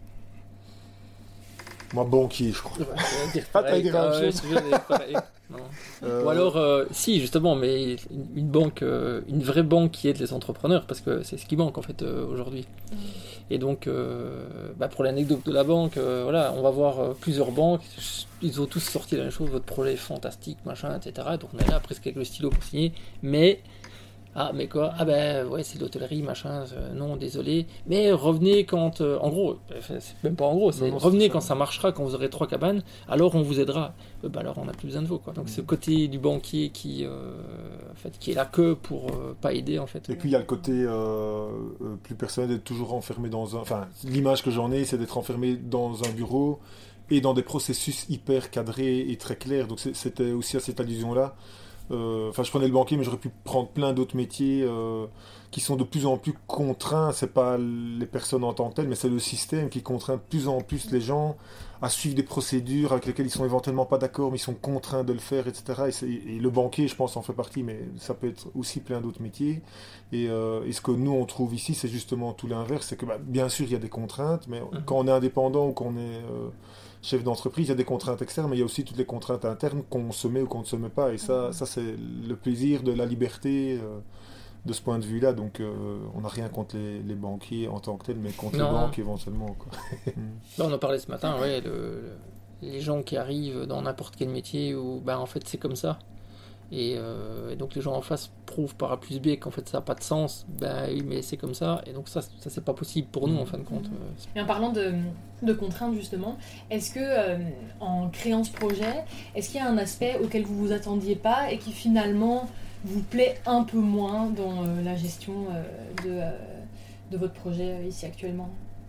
Moi, banquier, je crois. Ouais, pas pareil, pareil, pareil. Euh... Ou alors, euh, si, justement, mais une, une banque, euh, une vraie banque qui aide les entrepreneurs, parce que c'est ce qui manque, en fait, euh, aujourd'hui. Mmh. Et donc, euh, bah, pour l'anecdote de la banque, euh, voilà, on va voir euh, plusieurs banques, ils ont tous sorti la même chose, votre projet est fantastique, machin, et cetera. Donc, on est là, presque avec le stylo pour signer, mais... Ah, mais quoi? Ah ben, ouais, c'est de l'hôtellerie, machin, euh, non, désolé. Mais revenez quand... Euh, en gros, c'est même pas en gros, c'est non, non, revenez c'est quand ça. ça marchera, quand vous aurez trois cabanes, alors on vous aidera. Euh, ben alors on n'a plus besoin de vous, quoi. Donc mmh. ce côté du banquier qui, euh, en fait, qui est là que pour euh, pas aider, en fait. Et puis il y a le côté euh, euh, plus personnel d'être toujours enfermé dans un... Enfin, l'image que j'en ai, c'est d'être enfermé dans un bureau et dans des processus hyper cadrés et très clairs. Donc c'était aussi à cette allusion-là. Enfin, euh, je prenais le banquier, mais j'aurais pu prendre plein d'autres métiers euh, qui sont de plus en plus contraints. C'est pas les personnes en tant que telles, mais c'est le système qui contraint de plus en plus les gens à suivre des procédures avec lesquelles ils sont éventuellement pas d'accord, mais ils sont contraints de le faire, et cetera. Et, et le banquier, je pense, en fait partie, mais ça peut être aussi plein d'autres métiers. Et, euh, et ce que nous on trouve ici, c'est justement tout l'inverse. C'est que, bah, bien sûr, il y a des contraintes, mais mmh. quand on est indépendant ou qu'on est euh, chef d'entreprise, il y a des contraintes externes, mais il y a aussi toutes les contraintes internes qu'on se met ou qu'on ne se met pas. Et ça, ça c'est le plaisir de la liberté euh, de ce point de vue-là. Donc, euh, on n'a rien contre les, les banquiers en tant que tels, mais contre non. les banques éventuellement, quoi. Là, on en parlait ce matin, ouais, le, le, les gens qui arrivent dans n'importe quel métier où, ben, en fait, c'est comme ça. Et, euh, et donc les gens en face prouvent par A plus B qu'en fait ça n'a pas de sens, ben oui mais c'est comme ça, et donc ça, ça c'est pas possible pour nous en fin de compte. Et en parlant de, de contraintes justement, est-ce que euh, en créant ce projet, est-ce qu'il y a un aspect auquel vous vous attendiez pas et qui finalement vous plaît un peu moins dans euh, la gestion euh, de, euh, de votre projet euh, ici actuellement?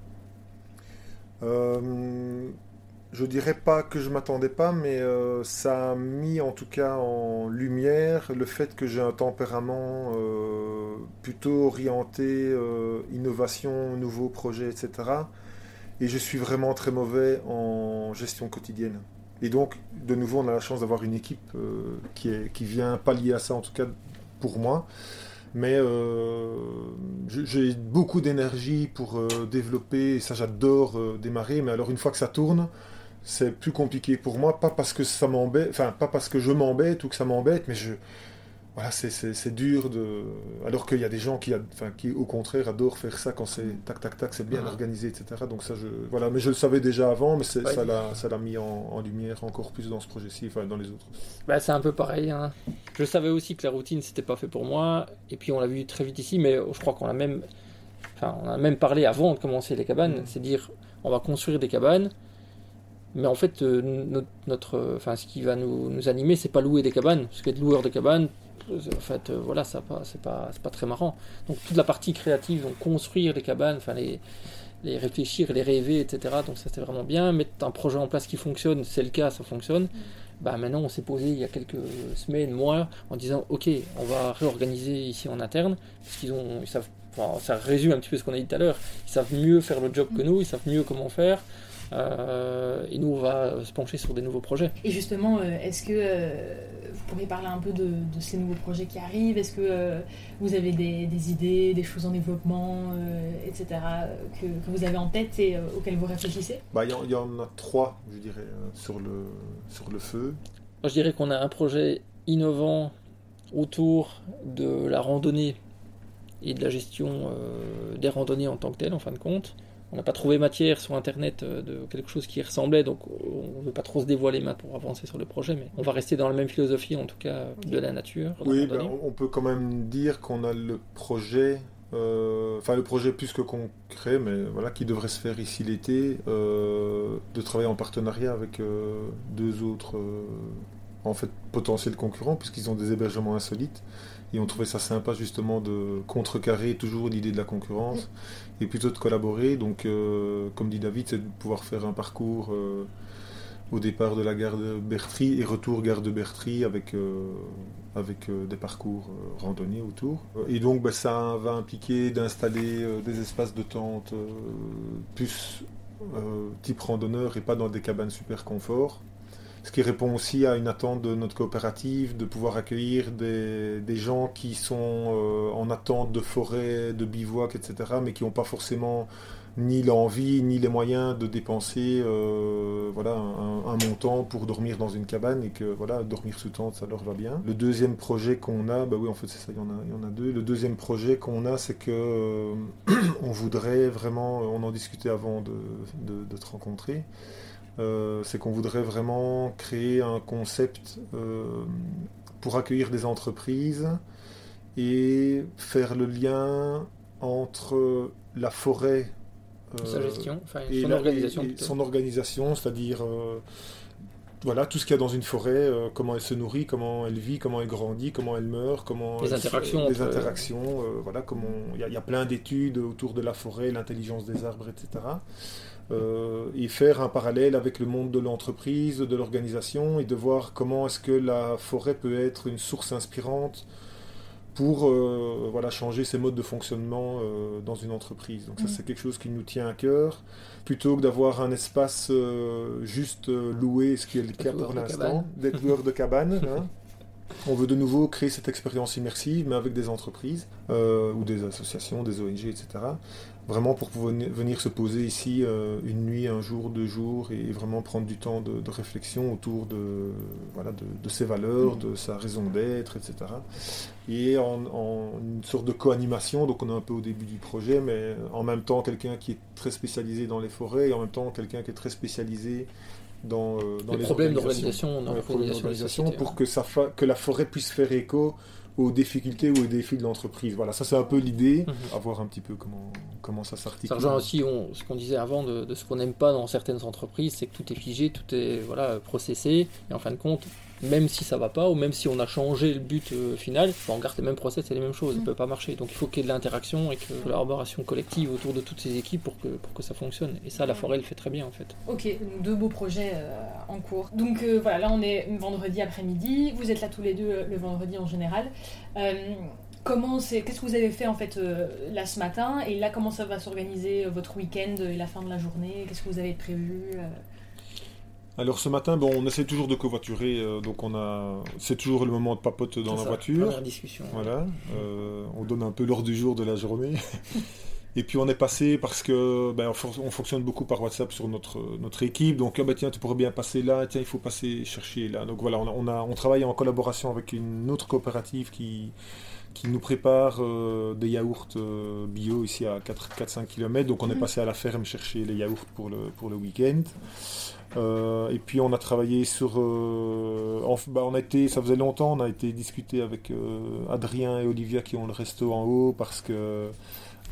euh... Je dirais pas que je m'attendais pas, mais euh, ça a mis en tout cas en lumière le fait que j'ai un tempérament euh, plutôt orienté euh, innovation, nouveaux projets, et cetera. Et je suis vraiment très mauvais en gestion quotidienne. Et donc, de nouveau, on a la chance d'avoir une équipe euh, qui, est, qui vient pallier à ça, en tout cas pour moi. Mais euh, j'ai beaucoup d'énergie pour euh, développer, et ça j'adore euh, démarrer, mais alors une fois que ça tourne, c'est plus compliqué pour moi, pas parce que ça m'embête, enfin pas parce que je m'embête ou que ça m'embête, mais je, voilà, c'est, c'est, c'est dur de, alors qu'il y a des gens qui, enfin, qui au contraire adorent faire ça quand c'est tac tac tac, c'est bien mmh. organisé, et cetera. Donc ça, je, voilà, mais je le savais déjà avant, mais c'est, ouais. ça l'a, ça l'a mis en, en lumière encore plus dans ce projet-ci, enfin dans les autres. Bah c'est un peu pareil. Hein. Je savais aussi que la routine c'était pas fait pour moi, et puis on l'a vu très vite ici, mais je crois qu'on l'a même. enfin on a même parlé avant de commencer les cabanes, mmh. c'est dire on va construire des cabanes, mais en fait euh, notre, notre, enfin ce qui va nous, nous animer, c'est pas louer des cabanes, parce qu'être loueur de cabanes, en fait euh, voilà, ça pas, c'est pas, c'est pas très marrant. Donc toute la partie créative, donc construire des cabanes, enfin les les réfléchir, les rêver, et cetera. Donc ça c'était vraiment bien. Mettre un projet en place qui fonctionne, c'est le cas, ça fonctionne. Mmh. Bah maintenant on s'est posé il y a quelques semaines, mois, en disant ok, on va réorganiser ici en interne, parce qu'ils ont, ils savent, enfin, ça résume un petit peu ce qu'on a dit tout à l'heure. Ils savent mieux faire le job que nous, ils savent mieux comment faire. Euh, et nous on va se pencher sur des nouveaux projets. Et justement, euh, est-ce que euh, vous pourriez parler un peu de, de ces nouveaux projets qui arrivent? Est-ce que euh, vous avez des, des idées, des choses en développement, euh, et cetera, que, que vous avez en tête et euh, auxquelles vous réfléchissez? Bah, il y, y en a trois, je dirais, euh, sur, le, sur le feu. Moi, je dirais qu'on a un projet innovant autour de la randonnée et de la gestion euh, des randonnées en tant que telles, en fin de compte. On n'a pas trouvé matière sur Internet de quelque chose qui ressemblait, donc on ne veut pas trop se dévoiler main pour avancer sur le projet, mais on va rester dans la même philosophie, en tout cas, okay. de la nature. Oui, ben, on peut quand même dire qu'on a le projet, euh, enfin le projet plus que concret, mais voilà, qui devrait se faire ici l'été, euh, de travailler en partenariat avec euh, deux autres euh, en fait, potentiels concurrents, puisqu'ils ont des hébergements insolites. Et on trouvait ça sympa justement de contrecarrer toujours l'idée de la concurrence et plutôt de collaborer. Donc, euh, comme dit David, c'est de pouvoir faire un parcours euh, au départ de la gare de Bertry et retour gare de Bertry avec, euh, avec euh, des parcours euh, randonniers autour. Et donc, bah, ça va impliquer d'installer euh, des espaces de tente euh, plus euh, type randonneur et pas dans des cabanes super confort. Ce qui répond aussi à une attente de notre coopérative, de pouvoir accueillir des, des gens qui sont euh, en attente de forêt, de bivouac, et cetera, mais qui n'ont pas forcément ni l'envie, ni les moyens de dépenser euh, voilà, un, un montant pour dormir dans une cabane, et que voilà, dormir sous tente, ça leur va bien. Le deuxième projet qu'on a, bah oui, en fait, c'est ça, il y en a, il y en a deux. Le deuxième projet qu'on a, c'est que euh, on voudrait vraiment, on en discutait avant de, de, de te rencontrer, Euh, c'est qu'on voudrait vraiment créer un concept euh, pour accueillir des entreprises et faire le lien entre la forêt euh, sa gestion, enfin, et, son, la, organisation, et, et son organisation, c'est-à-dire euh, voilà, tout ce qu'il y a dans une forêt, euh, comment elle se nourrit, comment elle vit, comment elle grandit, comment elle meurt, comment les elle, interactions, les interactions euh, voilà, comment il y, y a plein d'études autour de la forêt, l'intelligence des arbres, et cetera. Euh, et faire un parallèle avec le monde de l'entreprise, de l'organisation, et de voir comment est-ce que la forêt peut être une source inspirante pour euh, voilà, changer ses modes de fonctionnement euh, dans une entreprise. Donc ça, c'est quelque chose qui nous tient à cœur, plutôt que d'avoir un espace euh, juste euh, loué, ce qui est le cas pour l'instant, d'être loueur de cabane. Hein. On veut de nouveau créer cette expérience immersive, mais avec des entreprises, euh, ou des associations, des O N G, et cetera. Vraiment pour pouvoir venir se poser ici euh, une nuit, un jour, deux jours, et vraiment prendre du temps de, de réflexion autour de, voilà, de, de ses valeurs, de sa raison d'être, et cetera. Et en, en une sorte de co-animation, donc on est un peu au début du projet, mais en même temps quelqu'un qui est très spécialisé dans les forêts, et en même temps quelqu'un qui est très spécialisé dans, euh, dans les, les problèmes d'organisation, dans les problèmes d'organisation pour que, ça fa- que la forêt puisse faire écho aux difficultés ou aux défis de l'entreprise. Voilà, ça c'est un peu l'idée, mm-hmm. à voir un petit peu comment, comment ça s'articule. Ça rejoint aussi on, ce qu'on disait avant de, de ce qu'on n'aime pas dans certaines entreprises, c'est que tout est figé, tout est voilà, processé, et en fin de compte, même si ça va pas, ou même si on a changé le but euh, final, on garde les mêmes process et les mêmes choses, mm-hmm. ça ne peut pas marcher. Donc il faut qu'il y ait de l'interaction et que de l'élaboration collective autour de toutes ces équipes pour que, pour que ça fonctionne. Et ça, la forêt le fait très bien en fait. Ok, donc deux beaux projets euh, en cours. Donc euh, voilà, là on est vendredi après-midi, vous êtes là tous les deux euh, le vendredi en général. Euh, comment c'est, qu'est-ce que vous avez fait en fait euh, là ce matin, et là comment ça va s'organiser euh, votre week-end et la fin de la journée, qu'est-ce que vous avez prévu euh... Alors ce matin, bon, on essaie toujours de covoiturer, euh, donc on a, c'est toujours le moment de papote dans c'est la ça, voiture. Première discussion. Voilà, euh, on donne un peu l'ordre du jour de la journée. Et puis on est passé parce que ben, on fonctionne beaucoup par WhatsApp sur notre, notre équipe, donc ah, ben, tiens, tu pourrais bien passer là, tiens, il faut passer chercher là. Donc voilà, on, a, on, a, on travaille en collaboration avec une autre coopérative qui, qui nous prépare euh, des yaourts euh, bio ici à quatre à cinq kilomètres, donc on est passé à la ferme chercher les yaourts pour le, pour le week-end. Euh, et puis on a travaillé sur euh, en, bah on a été, ça faisait longtemps, on a été discuter avec euh, Adrien et Olivia qui ont le resto en haut, parce que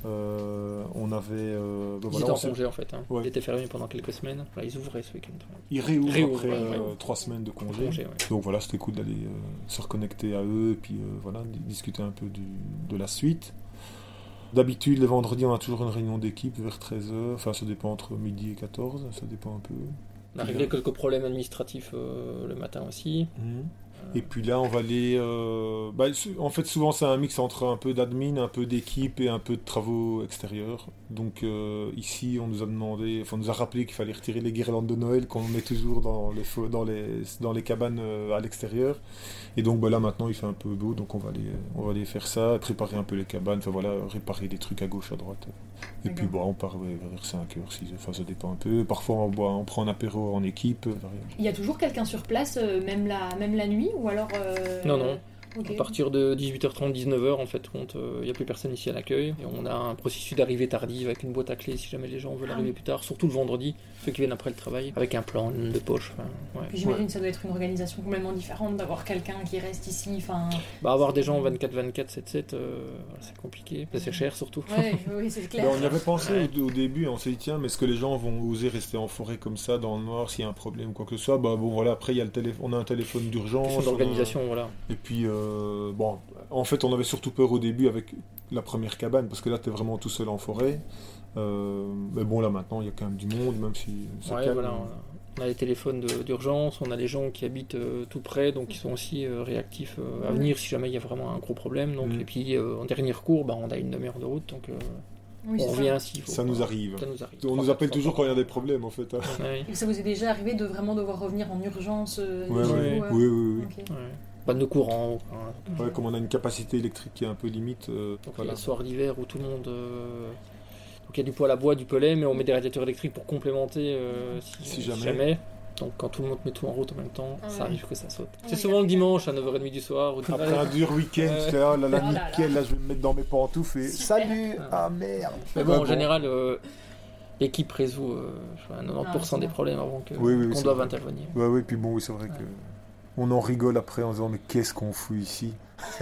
Euh, on avait... Euh, ben Ils voilà, étaient en on s'est- congé en fait. Hein. Ouais. Ils étaient fermés pendant quelques semaines. Enfin, ils ouvraient ce week-end. Ils réouvrent Réouvrent, après ouais, euh, ouais. trois semaines de congé. Congé, ouais. Donc voilà, c'était cool d'aller euh, se reconnecter à eux et puis euh, voilà, d- discuter un peu du, de la suite. D'habitude, les vendredis, on a toujours une réunion d'équipe vers treize heures. Enfin, ça dépend entre midi et quatorze, ça dépend un peu. On a réglé quelques problèmes administratifs euh, le matin aussi. Mhm. Et puis là, on va aller. euh, bah, su- en fait, souvent, c'est un mix entre un peu d'admin, un peu d'équipe et un peu de travaux extérieurs. Donc, euh, ici, on nous a demandé, enfin, on nous a rappelé qu'il fallait retirer les guirlandes de Noël qu'on met toujours dans les, fo- dans les, dans les cabanes euh, à l'extérieur. Et donc, bah, là, maintenant, il fait un peu beau, donc on va aller, on va aller faire ça, préparer un peu les cabanes, enfin voilà, réparer des trucs à gauche, à droite. Et puis, D'accord. bon, on part ouais, vers cinq heures, six heures, enfin, ça dépend un peu. Parfois, on, boit, on prend un apéro en équipe. euh, Il y a toujours quelqu'un sur place, euh, même, la, même la nuit, ou alors... euh, Non, non. Ok. À partir de dix-huit heures trente, dix-neuf heures, en fait, compte, il n'y a plus personne ici à l'accueil. Et on a un processus d'arrivée tardive avec une boîte à clés si jamais les gens veulent Ah. arriver plus tard, surtout le vendredi, ceux qui viennent après le travail, avec un plan de poche. Enfin, ouais. Puis j'imagine que ça doit être une organisation complètement différente d'avoir quelqu'un qui reste ici, enfin... Bah, avoir des gens vingt-quatre vingt-quatre, sept sept, euh, c'est compliqué. C'est cher surtout. Ouais, oui, c'est clair. Ben, on y avait pensé Ouais. au, au début, on s'est dit tiens, mais est-ce que les gens vont oser rester en forêt comme ça, dans le noir, s'il y a un problème ou quoi que ce soit. Bah bon, voilà, après, il y a le télé- on a un téléphone d'urgence. Question on a- d'organisation, voilà. Et puis, euh, bon, en fait, on avait surtout peur au début avec la première cabane, parce que là, tu es vraiment tout seul en forêt. Euh, mais bon, là, maintenant, il y a quand même du monde, même si c'est Ouais, calme. voilà, on a- on a les téléphones de- d'urgence, on a les gens qui habitent euh, tout près, donc ils sont aussi euh, réactifs euh, à Ouais. venir si jamais il y a vraiment un gros problème. Donc, Mm. Et puis euh, en dernier recours, bah, on a une demi-heure de route, donc euh, Oui, c'est on ça. revient s'il faut. Ça nous arrive. Ça nous arrive. On nous appelle toujours quand il y a des problèmes, en fait. hein. Ouais, Et ça vous est déjà arrivé de vraiment devoir revenir en urgence euh, Ouais, chez ouais, vous, euh oui, oui, oui. Ok. ouais. Pas de courant. Enfin, Ouais, comme on a une capacité électrique qui est un peu limite. euh, donc voilà. il y a le soir d'hiver où tout le monde. euh, Donc il y a du poêle à bois, du pellet, mais on met des radiateurs électriques pour complémenter euh, si, Si si jamais. Donc quand tout le monde met tout en route en même temps, Ah ça ouais. arrive que ça saute. Ouais, C'est souvent le d'accord. dimanche à neuf heures trente du soir. Où Après un dur week-end, Ouais. j'étais là, là, là, Oh là là. nickel, là, je vais me mettre dans mes pantoufles et Super. salut, ah merde. Mais bon, Ouais, en général, euh, l'équipe résout euh, je sais pas, quatre-vingt-dix pour cent Ah, des c'est problèmes avant que- Oui, oui, oui, qu'on c'est doive vrai. intervenir. Ouais, oui, puis bon, oui, c'est vrai Ouais. que on en rigole après en disant mais qu'est-ce qu'on fout ici.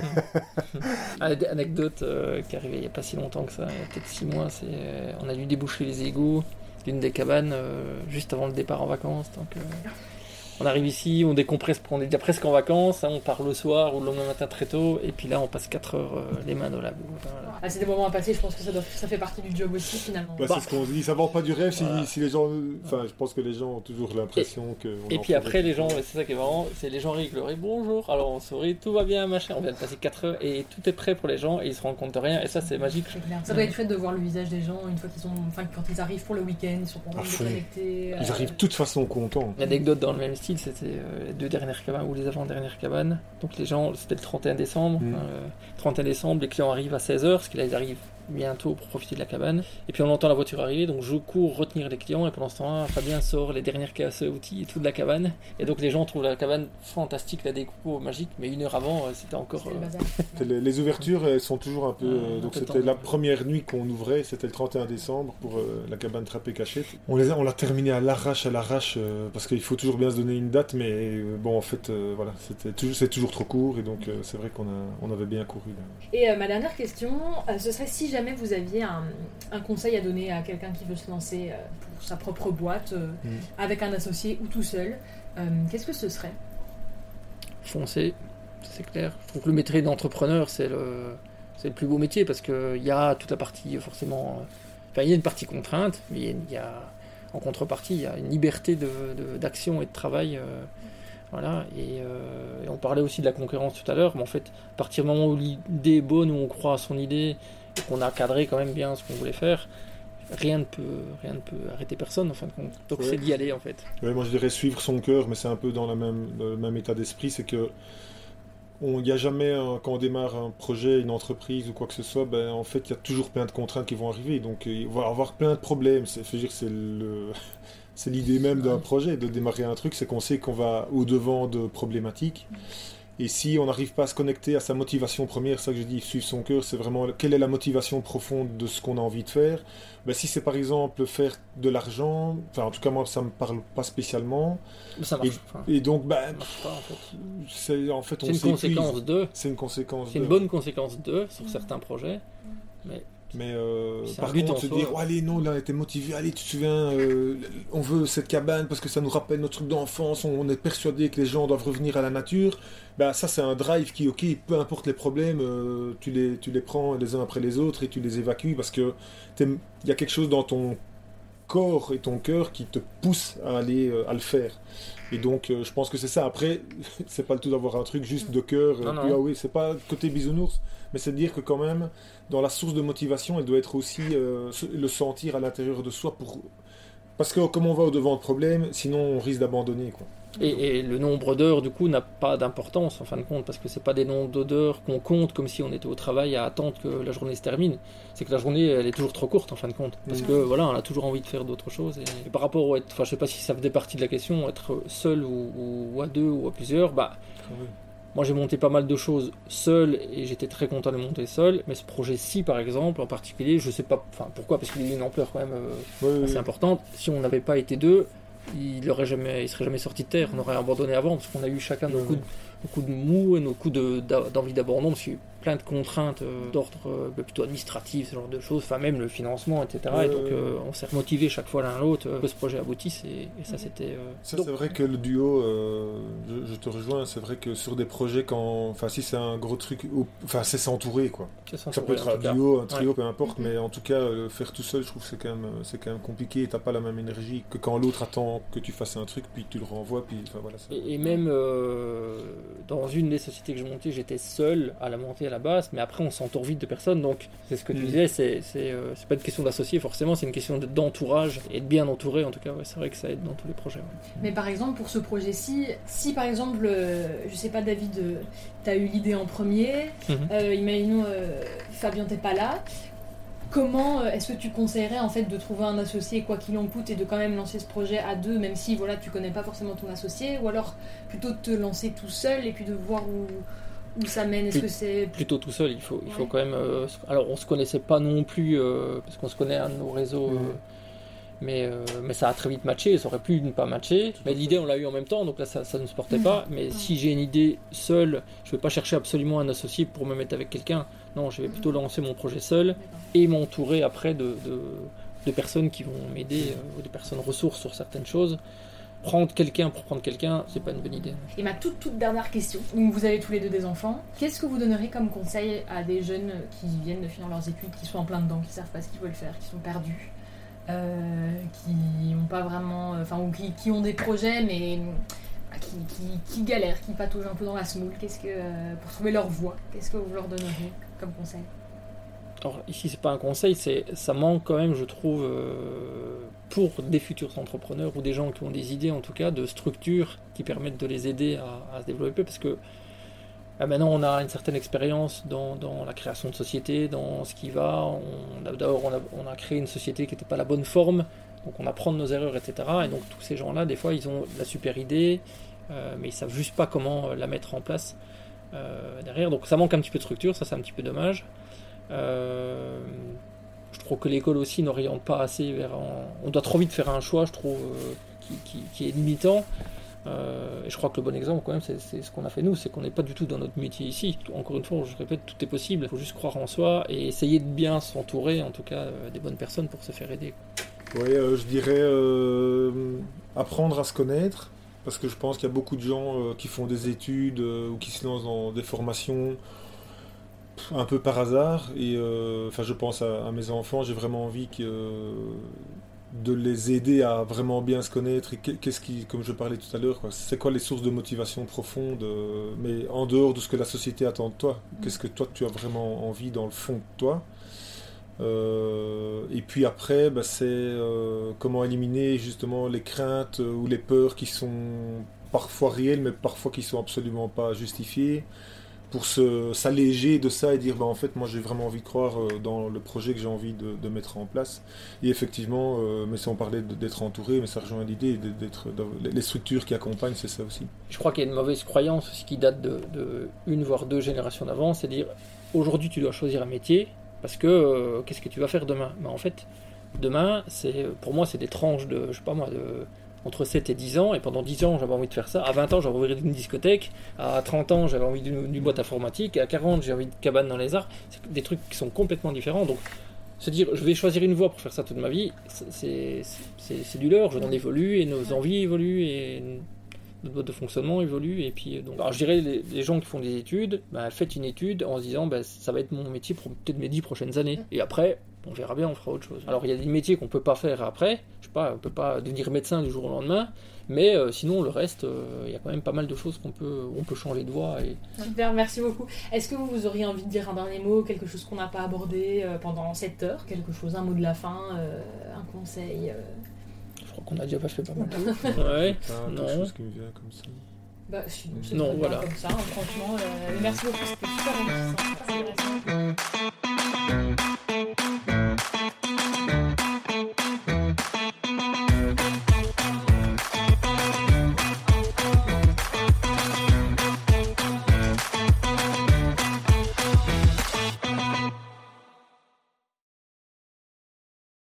Ah, des anecdotes euh, qui arrivaient il n'y a pas si longtemps que ça, il y a peut-être six mois, c'est euh, on a dû déboucher les égouts d'une des cabanes euh, juste avant le départ en vacances. Donc, euh, on arrive ici, on décompresse, on est déjà presque en vacances, hein, on part le soir ou le lendemain matin très tôt, et puis là on passe quatre heures euh, les mains dans la boue. Enfin, voilà. Ah, c'est des moments à passer, je pense que ça, doit, ça fait partie du job aussi finalement. Bah, Bah. c'est ce qu'on se dit, ça vend pas du rêve si, Voilà. si les gens. Enfin, je pense que les gens ont toujours l'impression que. on est Et en puis forêt. après, les gens, c'est ça qui est marrant, c'est les gens arrivent, leur disent bonjour, alors on sourit, tout va bien, machin, on vient de passer quatre heures et tout est prêt pour les gens et ils se rendent compte de rien, et ça c'est magique. C'est clair. Ça doit être chouette de voir le visage des gens une fois qu'ils sont, enfin quand ils arrivent pour le week-end, ils sont contents À de fond. déconnecter. Ils arrivent de toute façon contents. L'anecdote dans le même style, c'était euh, les deux dernières cabanes ou les avant-dernières cabanes. Donc les gens, c'était le trente et un décembre. Mm. euh, trente et un décembre, les clients arrivent à seize heures, parce qu'ils ils arrivent bientôt pour profiter de la cabane. Et puis on entend la voiture arriver, donc je cours retenir les clients, et pendant ce temps-là, Fabien sort les dernières casses outils et tout de la cabane. Et donc les gens trouvent la cabane fantastique, la déco magique, mais une heure avant, euh, c'était encore... C'est le euh, bazar. C'est Les, les ouvertures, elles sont toujours un peu. Ouais, euh, un donc peu c'était tendues. la première nuit qu'on ouvrait, c'était le trente et un décembre pour euh, la cabane Trappé Cachette. On les a- on l'a terminé à l'arrache, à l'arrache, euh, parce qu'il faut toujours bien se donner une date, mais euh, bon, en fait, euh, voilà, c'était toujours, c'est toujours trop court, et donc euh, c'est vrai qu'on a, on avait bien couru. Là. Et euh, ma dernière question, euh, ce serait si jamais vous aviez un, un conseil à donner à quelqu'un qui veut se lancer euh, pour sa propre boîte, euh, Mm. avec un associé ou tout seul, euh, qu'est-ce que ce serait? Foncer, c'est clair. Je trouve que le métier d'entrepreneur, c'est le, c'est le plus beau métier parce qu'il y a toute la partie euh, forcément. euh, Enfin, il y a une partie contrainte, mais il y a, il y a- en contrepartie, il y a une liberté de, de- d'action et de travail. euh, voilà. Et, euh, et on parlait aussi de la concurrence tout à l'heure, mais en fait, à partir du moment où l'idée est bonne, où on croit à son idée, et qu'on a cadré quand même bien ce qu'on voulait faire, rien ne peut, rien ne peut arrêter personne en fin de compte. Donc Ouais. c'est d'y aller en fait. Ouais, moi je dirais suivre son cœur, mais c'est un peu dans la même, le même état d'esprit, c'est que il n'y a jamais, un- quand on démarre un projet, une entreprise ou quoi que ce soit, ben, en fait il y a toujours plein de contraintes qui vont arriver, donc euh, il va y avoir plein de problèmes. C'est, je veux dire, c'est le, c'est l'idée même d'un projet, de démarrer un truc, c'est qu'on sait qu'on va au-devant de problématiques. Et si on n'arrive pas à se connecter à sa motivation première, c'est ça que je dis, suivre son cœur, c'est vraiment quelle est la motivation profonde de ce qu'on a envie de faire. Ben, si c'est par exemple faire de l'argent, enfin en tout cas moi ça me parle pas spéciaalement, Mais ça marche. Enfin, et donc ben, ça marche pas en fait. c'est en fait on C'est une s'épuise. conséquence de. C'est une conséquence. C'est une de- bonne conséquence de sur certains projets, mais Mais euh, C'est par un but contre, en se soi. dire, oh, allez, non, là, on était motivé, allez, tu te souviens, euh, on veut cette cabane parce que ça nous rappelle notre truc d'enfance, on est persuadé que les gens doivent revenir à la nature. Bah, ça, c'est un drive qui, ok, peu importe les problèmes, euh, tu, les, tu les prends les uns après les autres et tu les évacues parce que il y a quelque chose dans ton corps et ton cœur qui te pousse à aller euh, à le faire. Et donc, euh, je pense que c'est ça. Après, c'est pas le tout d'avoir un truc juste de cœur. Non, euh, non. puis, ah oui, c'est pas côté bisounours, mais c'est de dire que quand même, dans la source de motivation, elle doit être aussi euh, se- le sentir à l'intérieur de soi pour. Parce que comme on va au devant de problème, sinon on risque d'abandonner, quoi. Et, et le nombre d'heures, du coup, n'a pas d'importance en fin de compte, parce que c'est pas des nombres d'heures qu'on compte comme si on était au travail à attendre que la journée se termine. C'est que la journée, elle est toujours trop courte en fin de compte, parce Mhm. que voilà, on a toujours envie de faire d'autres choses. Et, et par rapport au être, enfin, je sais pas si ça faisait partie de la question, être seul ou, ou- ou à deux ou à plusieurs, bah. Moi, j'ai monté pas mal de choses seul et j'étais très content de monter seul. Mais ce projet-ci, par exemple, en particulier, je sais pas, enfin, pourquoi, parce qu'il a une ampleur quand même euh, Ouais, ouais, assez ouais. importante. Si on n'avait pas été deux, il aurait jamais, il serait jamais sorti de terre. On aurait abandonné avant parce qu'on a eu chacun nos Ouais, coups de, nos coups de mou et nos coups de- d'a- d'envie d'abandon parce qu'il y a eu plein de contraintes euh, d'ordre euh, plutôt administratif, ce genre de choses. Enfin, même le financement, et cetera. Ouais, et donc, ouais, euh, on s'est remotivé chaque fois l'un l'autre euh, que ce projet aboutisse et, et ça, Mhm. c'était. euh, Ça, donc- c'est vrai que le duo, euh, je, je te rejoins, c'est vrai que sur des projets, quand, enfin, si c'est un gros truc, ou- enfin, c'est s'entourer, quoi. ça, Ça s'entourer, peut être en un tout cas. duo, un trio, peu importe, Mhm. mais en tout cas, euh, faire tout seul, je trouve que c'est quand même, euh, c'est quand même compliqué. T'as pas la même énergie que quand l'autre attend que tu fasses un truc, puis tu le renvoies, puis enfin, voilà. c'est- Et, et même euh, dans une des sociétés que je montais, j'étais seul à la monter à la base, mais après on s'entoure vite de personnes, donc c'est ce que tu Mm. disais, c'est c'est euh, c'est pas une question d'associer forcément, c'est une question de- d'entourage et de bien entourer en tout cas, ouais, c'est vrai que ça aide dans tous les projets. ouais. Mais par exemple, pour ce projet-ci, si par exemple, euh, je sais pas, David, euh, t'as eu l'idée en premier, Mhm. euh, imaginons euh, Fabien, t'es pas là, comment euh, est-ce que tu conseillerais en fait de trouver un associé quoi qu'il en coûte et de quand même lancer ce projet à deux, même si voilà, tu connais pas forcément ton associé, ou alors plutôt de te lancer tout seul et puis de voir où, où ça mène? Est-ce Plus- que c'est... Plutôt tout seul, il faut, il faut Ouais. quand même... euh, se- alors on se connaissait pas non plus, euh, parce qu'on se connaît un de nos réseaux... Mhm. euh, Mais, euh, mais ça a très vite matché, ça aurait pu ne pas matcher. Mais l'idée, on l'a eu en même temps, donc là, ça, ça ne se portait Mhm. pas. Mais si j'ai une idée seule, je ne vais pas chercher absolument un associé pour me mettre avec quelqu'un. Non, je vais plutôt lancer mon projet seul D'accord. et m'entourer après de, de, de personnes qui vont m'aider, euh, ou des personnes ressources sur certaines choses. Prendre quelqu'un pour prendre quelqu'un, c'est pas une bonne idée. Et ma toute toute dernière question, donc vous avez tous les deux des enfants, qu'est-ce que vous donneriez comme conseil à des jeunes qui viennent de finir leurs études, qui sont en plein dedans, qui savent pas ce qu'ils veulent faire, qui sont perdus, euh, qui ont pas vraiment, enfin ou qui, qui ont des projets mais euh, qui, qui, qui galèrent, qui pataugent un peu dans la semoule, qu'est-ce que euh, pour trouver leur voie, qu'est-ce que vous leur donneriez comme conseil? Alors ici, c'est pas un conseil, c'est ça manque quand même, je trouve, euh, pour des futurs entrepreneurs ou des gens qui ont des idées, en tout cas, de structures qui permettent de les aider à, à se développer, parce que bah, maintenant, on a une certaine expérience dans, dans la création de sociétés, dans ce qui va. On a, d'abord, on a, on a créé une société qui n'était pas la bonne forme, donc on apprend de nos erreurs, et cetera. Et donc tous ces gens-là, des fois, ils ont la super idée, euh, mais ils savent juste pas comment la mettre en place euh, derrière. Donc ça manque un petit peu de structure, ça c'est un petit peu dommage. Euh, je trouve que l'école aussi n'oriente pas assez vers un... On doit trop vite faire un choix, je trouve, euh, qui, qui- qui est limitant. Euh, et je crois que le bon exemple, quand même, c'est, c'est ce qu'on a fait nous, c'est qu'on n'est pas du tout dans notre métier ici. Encore une fois, je répète, tout est possible. Il faut juste croire en soi et essayer de bien s'entourer, en tout cas, euh, des bonnes personnes pour se faire aider. Oui, euh, je dirais euh, apprendre à se connaître, parce que je pense qu'il y a beaucoup de gens euh, qui font des études euh, ou qui se lancent dans des formations pff, un peu par hasard. Et euh, enfin, je pense à, à mes enfants, j'ai vraiment envie que, euh, de les aider à vraiment bien se connaître. Et qu'est- qu'est-ce qui, comme je parlais tout à l'heure, quoi, c'est quoi les sources de motivation profonde, euh, mais en dehors de ce que la société attend de toi. Qu'est-ce que toi tu as vraiment envie dans le fond de toi? Euh, et puis après, bah, c'est euh, comment éliminer justement les craintes euh, ou les peurs qui sont parfois réelles, mais parfois qui sont absolument pas justifiées, pour se, s'alléger de ça et dire bah, en fait, moi j'ai vraiment envie de croire euh, dans le projet que j'ai envie de, de mettre en place. Et effectivement, euh, mais si on parlait de- d'être entouré, mais ça rejoint l'idée d'être, de- les structures qui accompagnent, c'est ça aussi. Je crois qu'il y a une mauvaise croyance aussi qui date de, de une voire deux générations d'avant, c'est dire aujourd'hui tu dois choisir un métier parce que euh, qu'est-ce que tu vas faire demain? Ben, en fait, demain, c'est, pour moi, c'est des tranches de, je sais pas moi, de, entre sept et dix ans, et pendant dix ans j'avais envie de faire ça, à vingt ans j'avais envie d'une discothèque, à trente ans j'avais envie d'une, d'une boîte informatique, et à quarante j'ai envie de cabane dans les arts, c'est des trucs qui sont complètement différents, donc Se dire, je vais choisir une voie pour faire ça toute ma vie, c'est, c'est, c'est du leurre, on évolue, et nos envies évoluent, et notre mode de fonctionnement évolue, et puis donc, alors je dirais les, les gens qui font des études, bah, faites une étude en se disant bah, ça va être mon métier pour peut-être mes dix prochaines années, et après on verra bien, on fera autre chose. Alors il y a des métiers qu'on peut pas faire après, je sais pas, on peut pas devenir médecin du jour au lendemain, mais euh, sinon le reste, il euh, y a quand même pas mal de choses qu'on peut, on peut changer de voie. Et... Super, merci beaucoup. Est-ce que vous auriez envie de dire un dernier mot, quelque chose qu'on n'a pas abordé euh, pendant cette heure, quelque chose, un mot de la fin, euh, un conseil euh... Je crois qu'on a déjà pas fait pas mal. Ouais. Pas non. quelque chose qui me vient comme ça. Bah, sinon, c'est non, voilà. comme ça, hein, franchement. Euh, merci beaucoup, c'était super intéressant.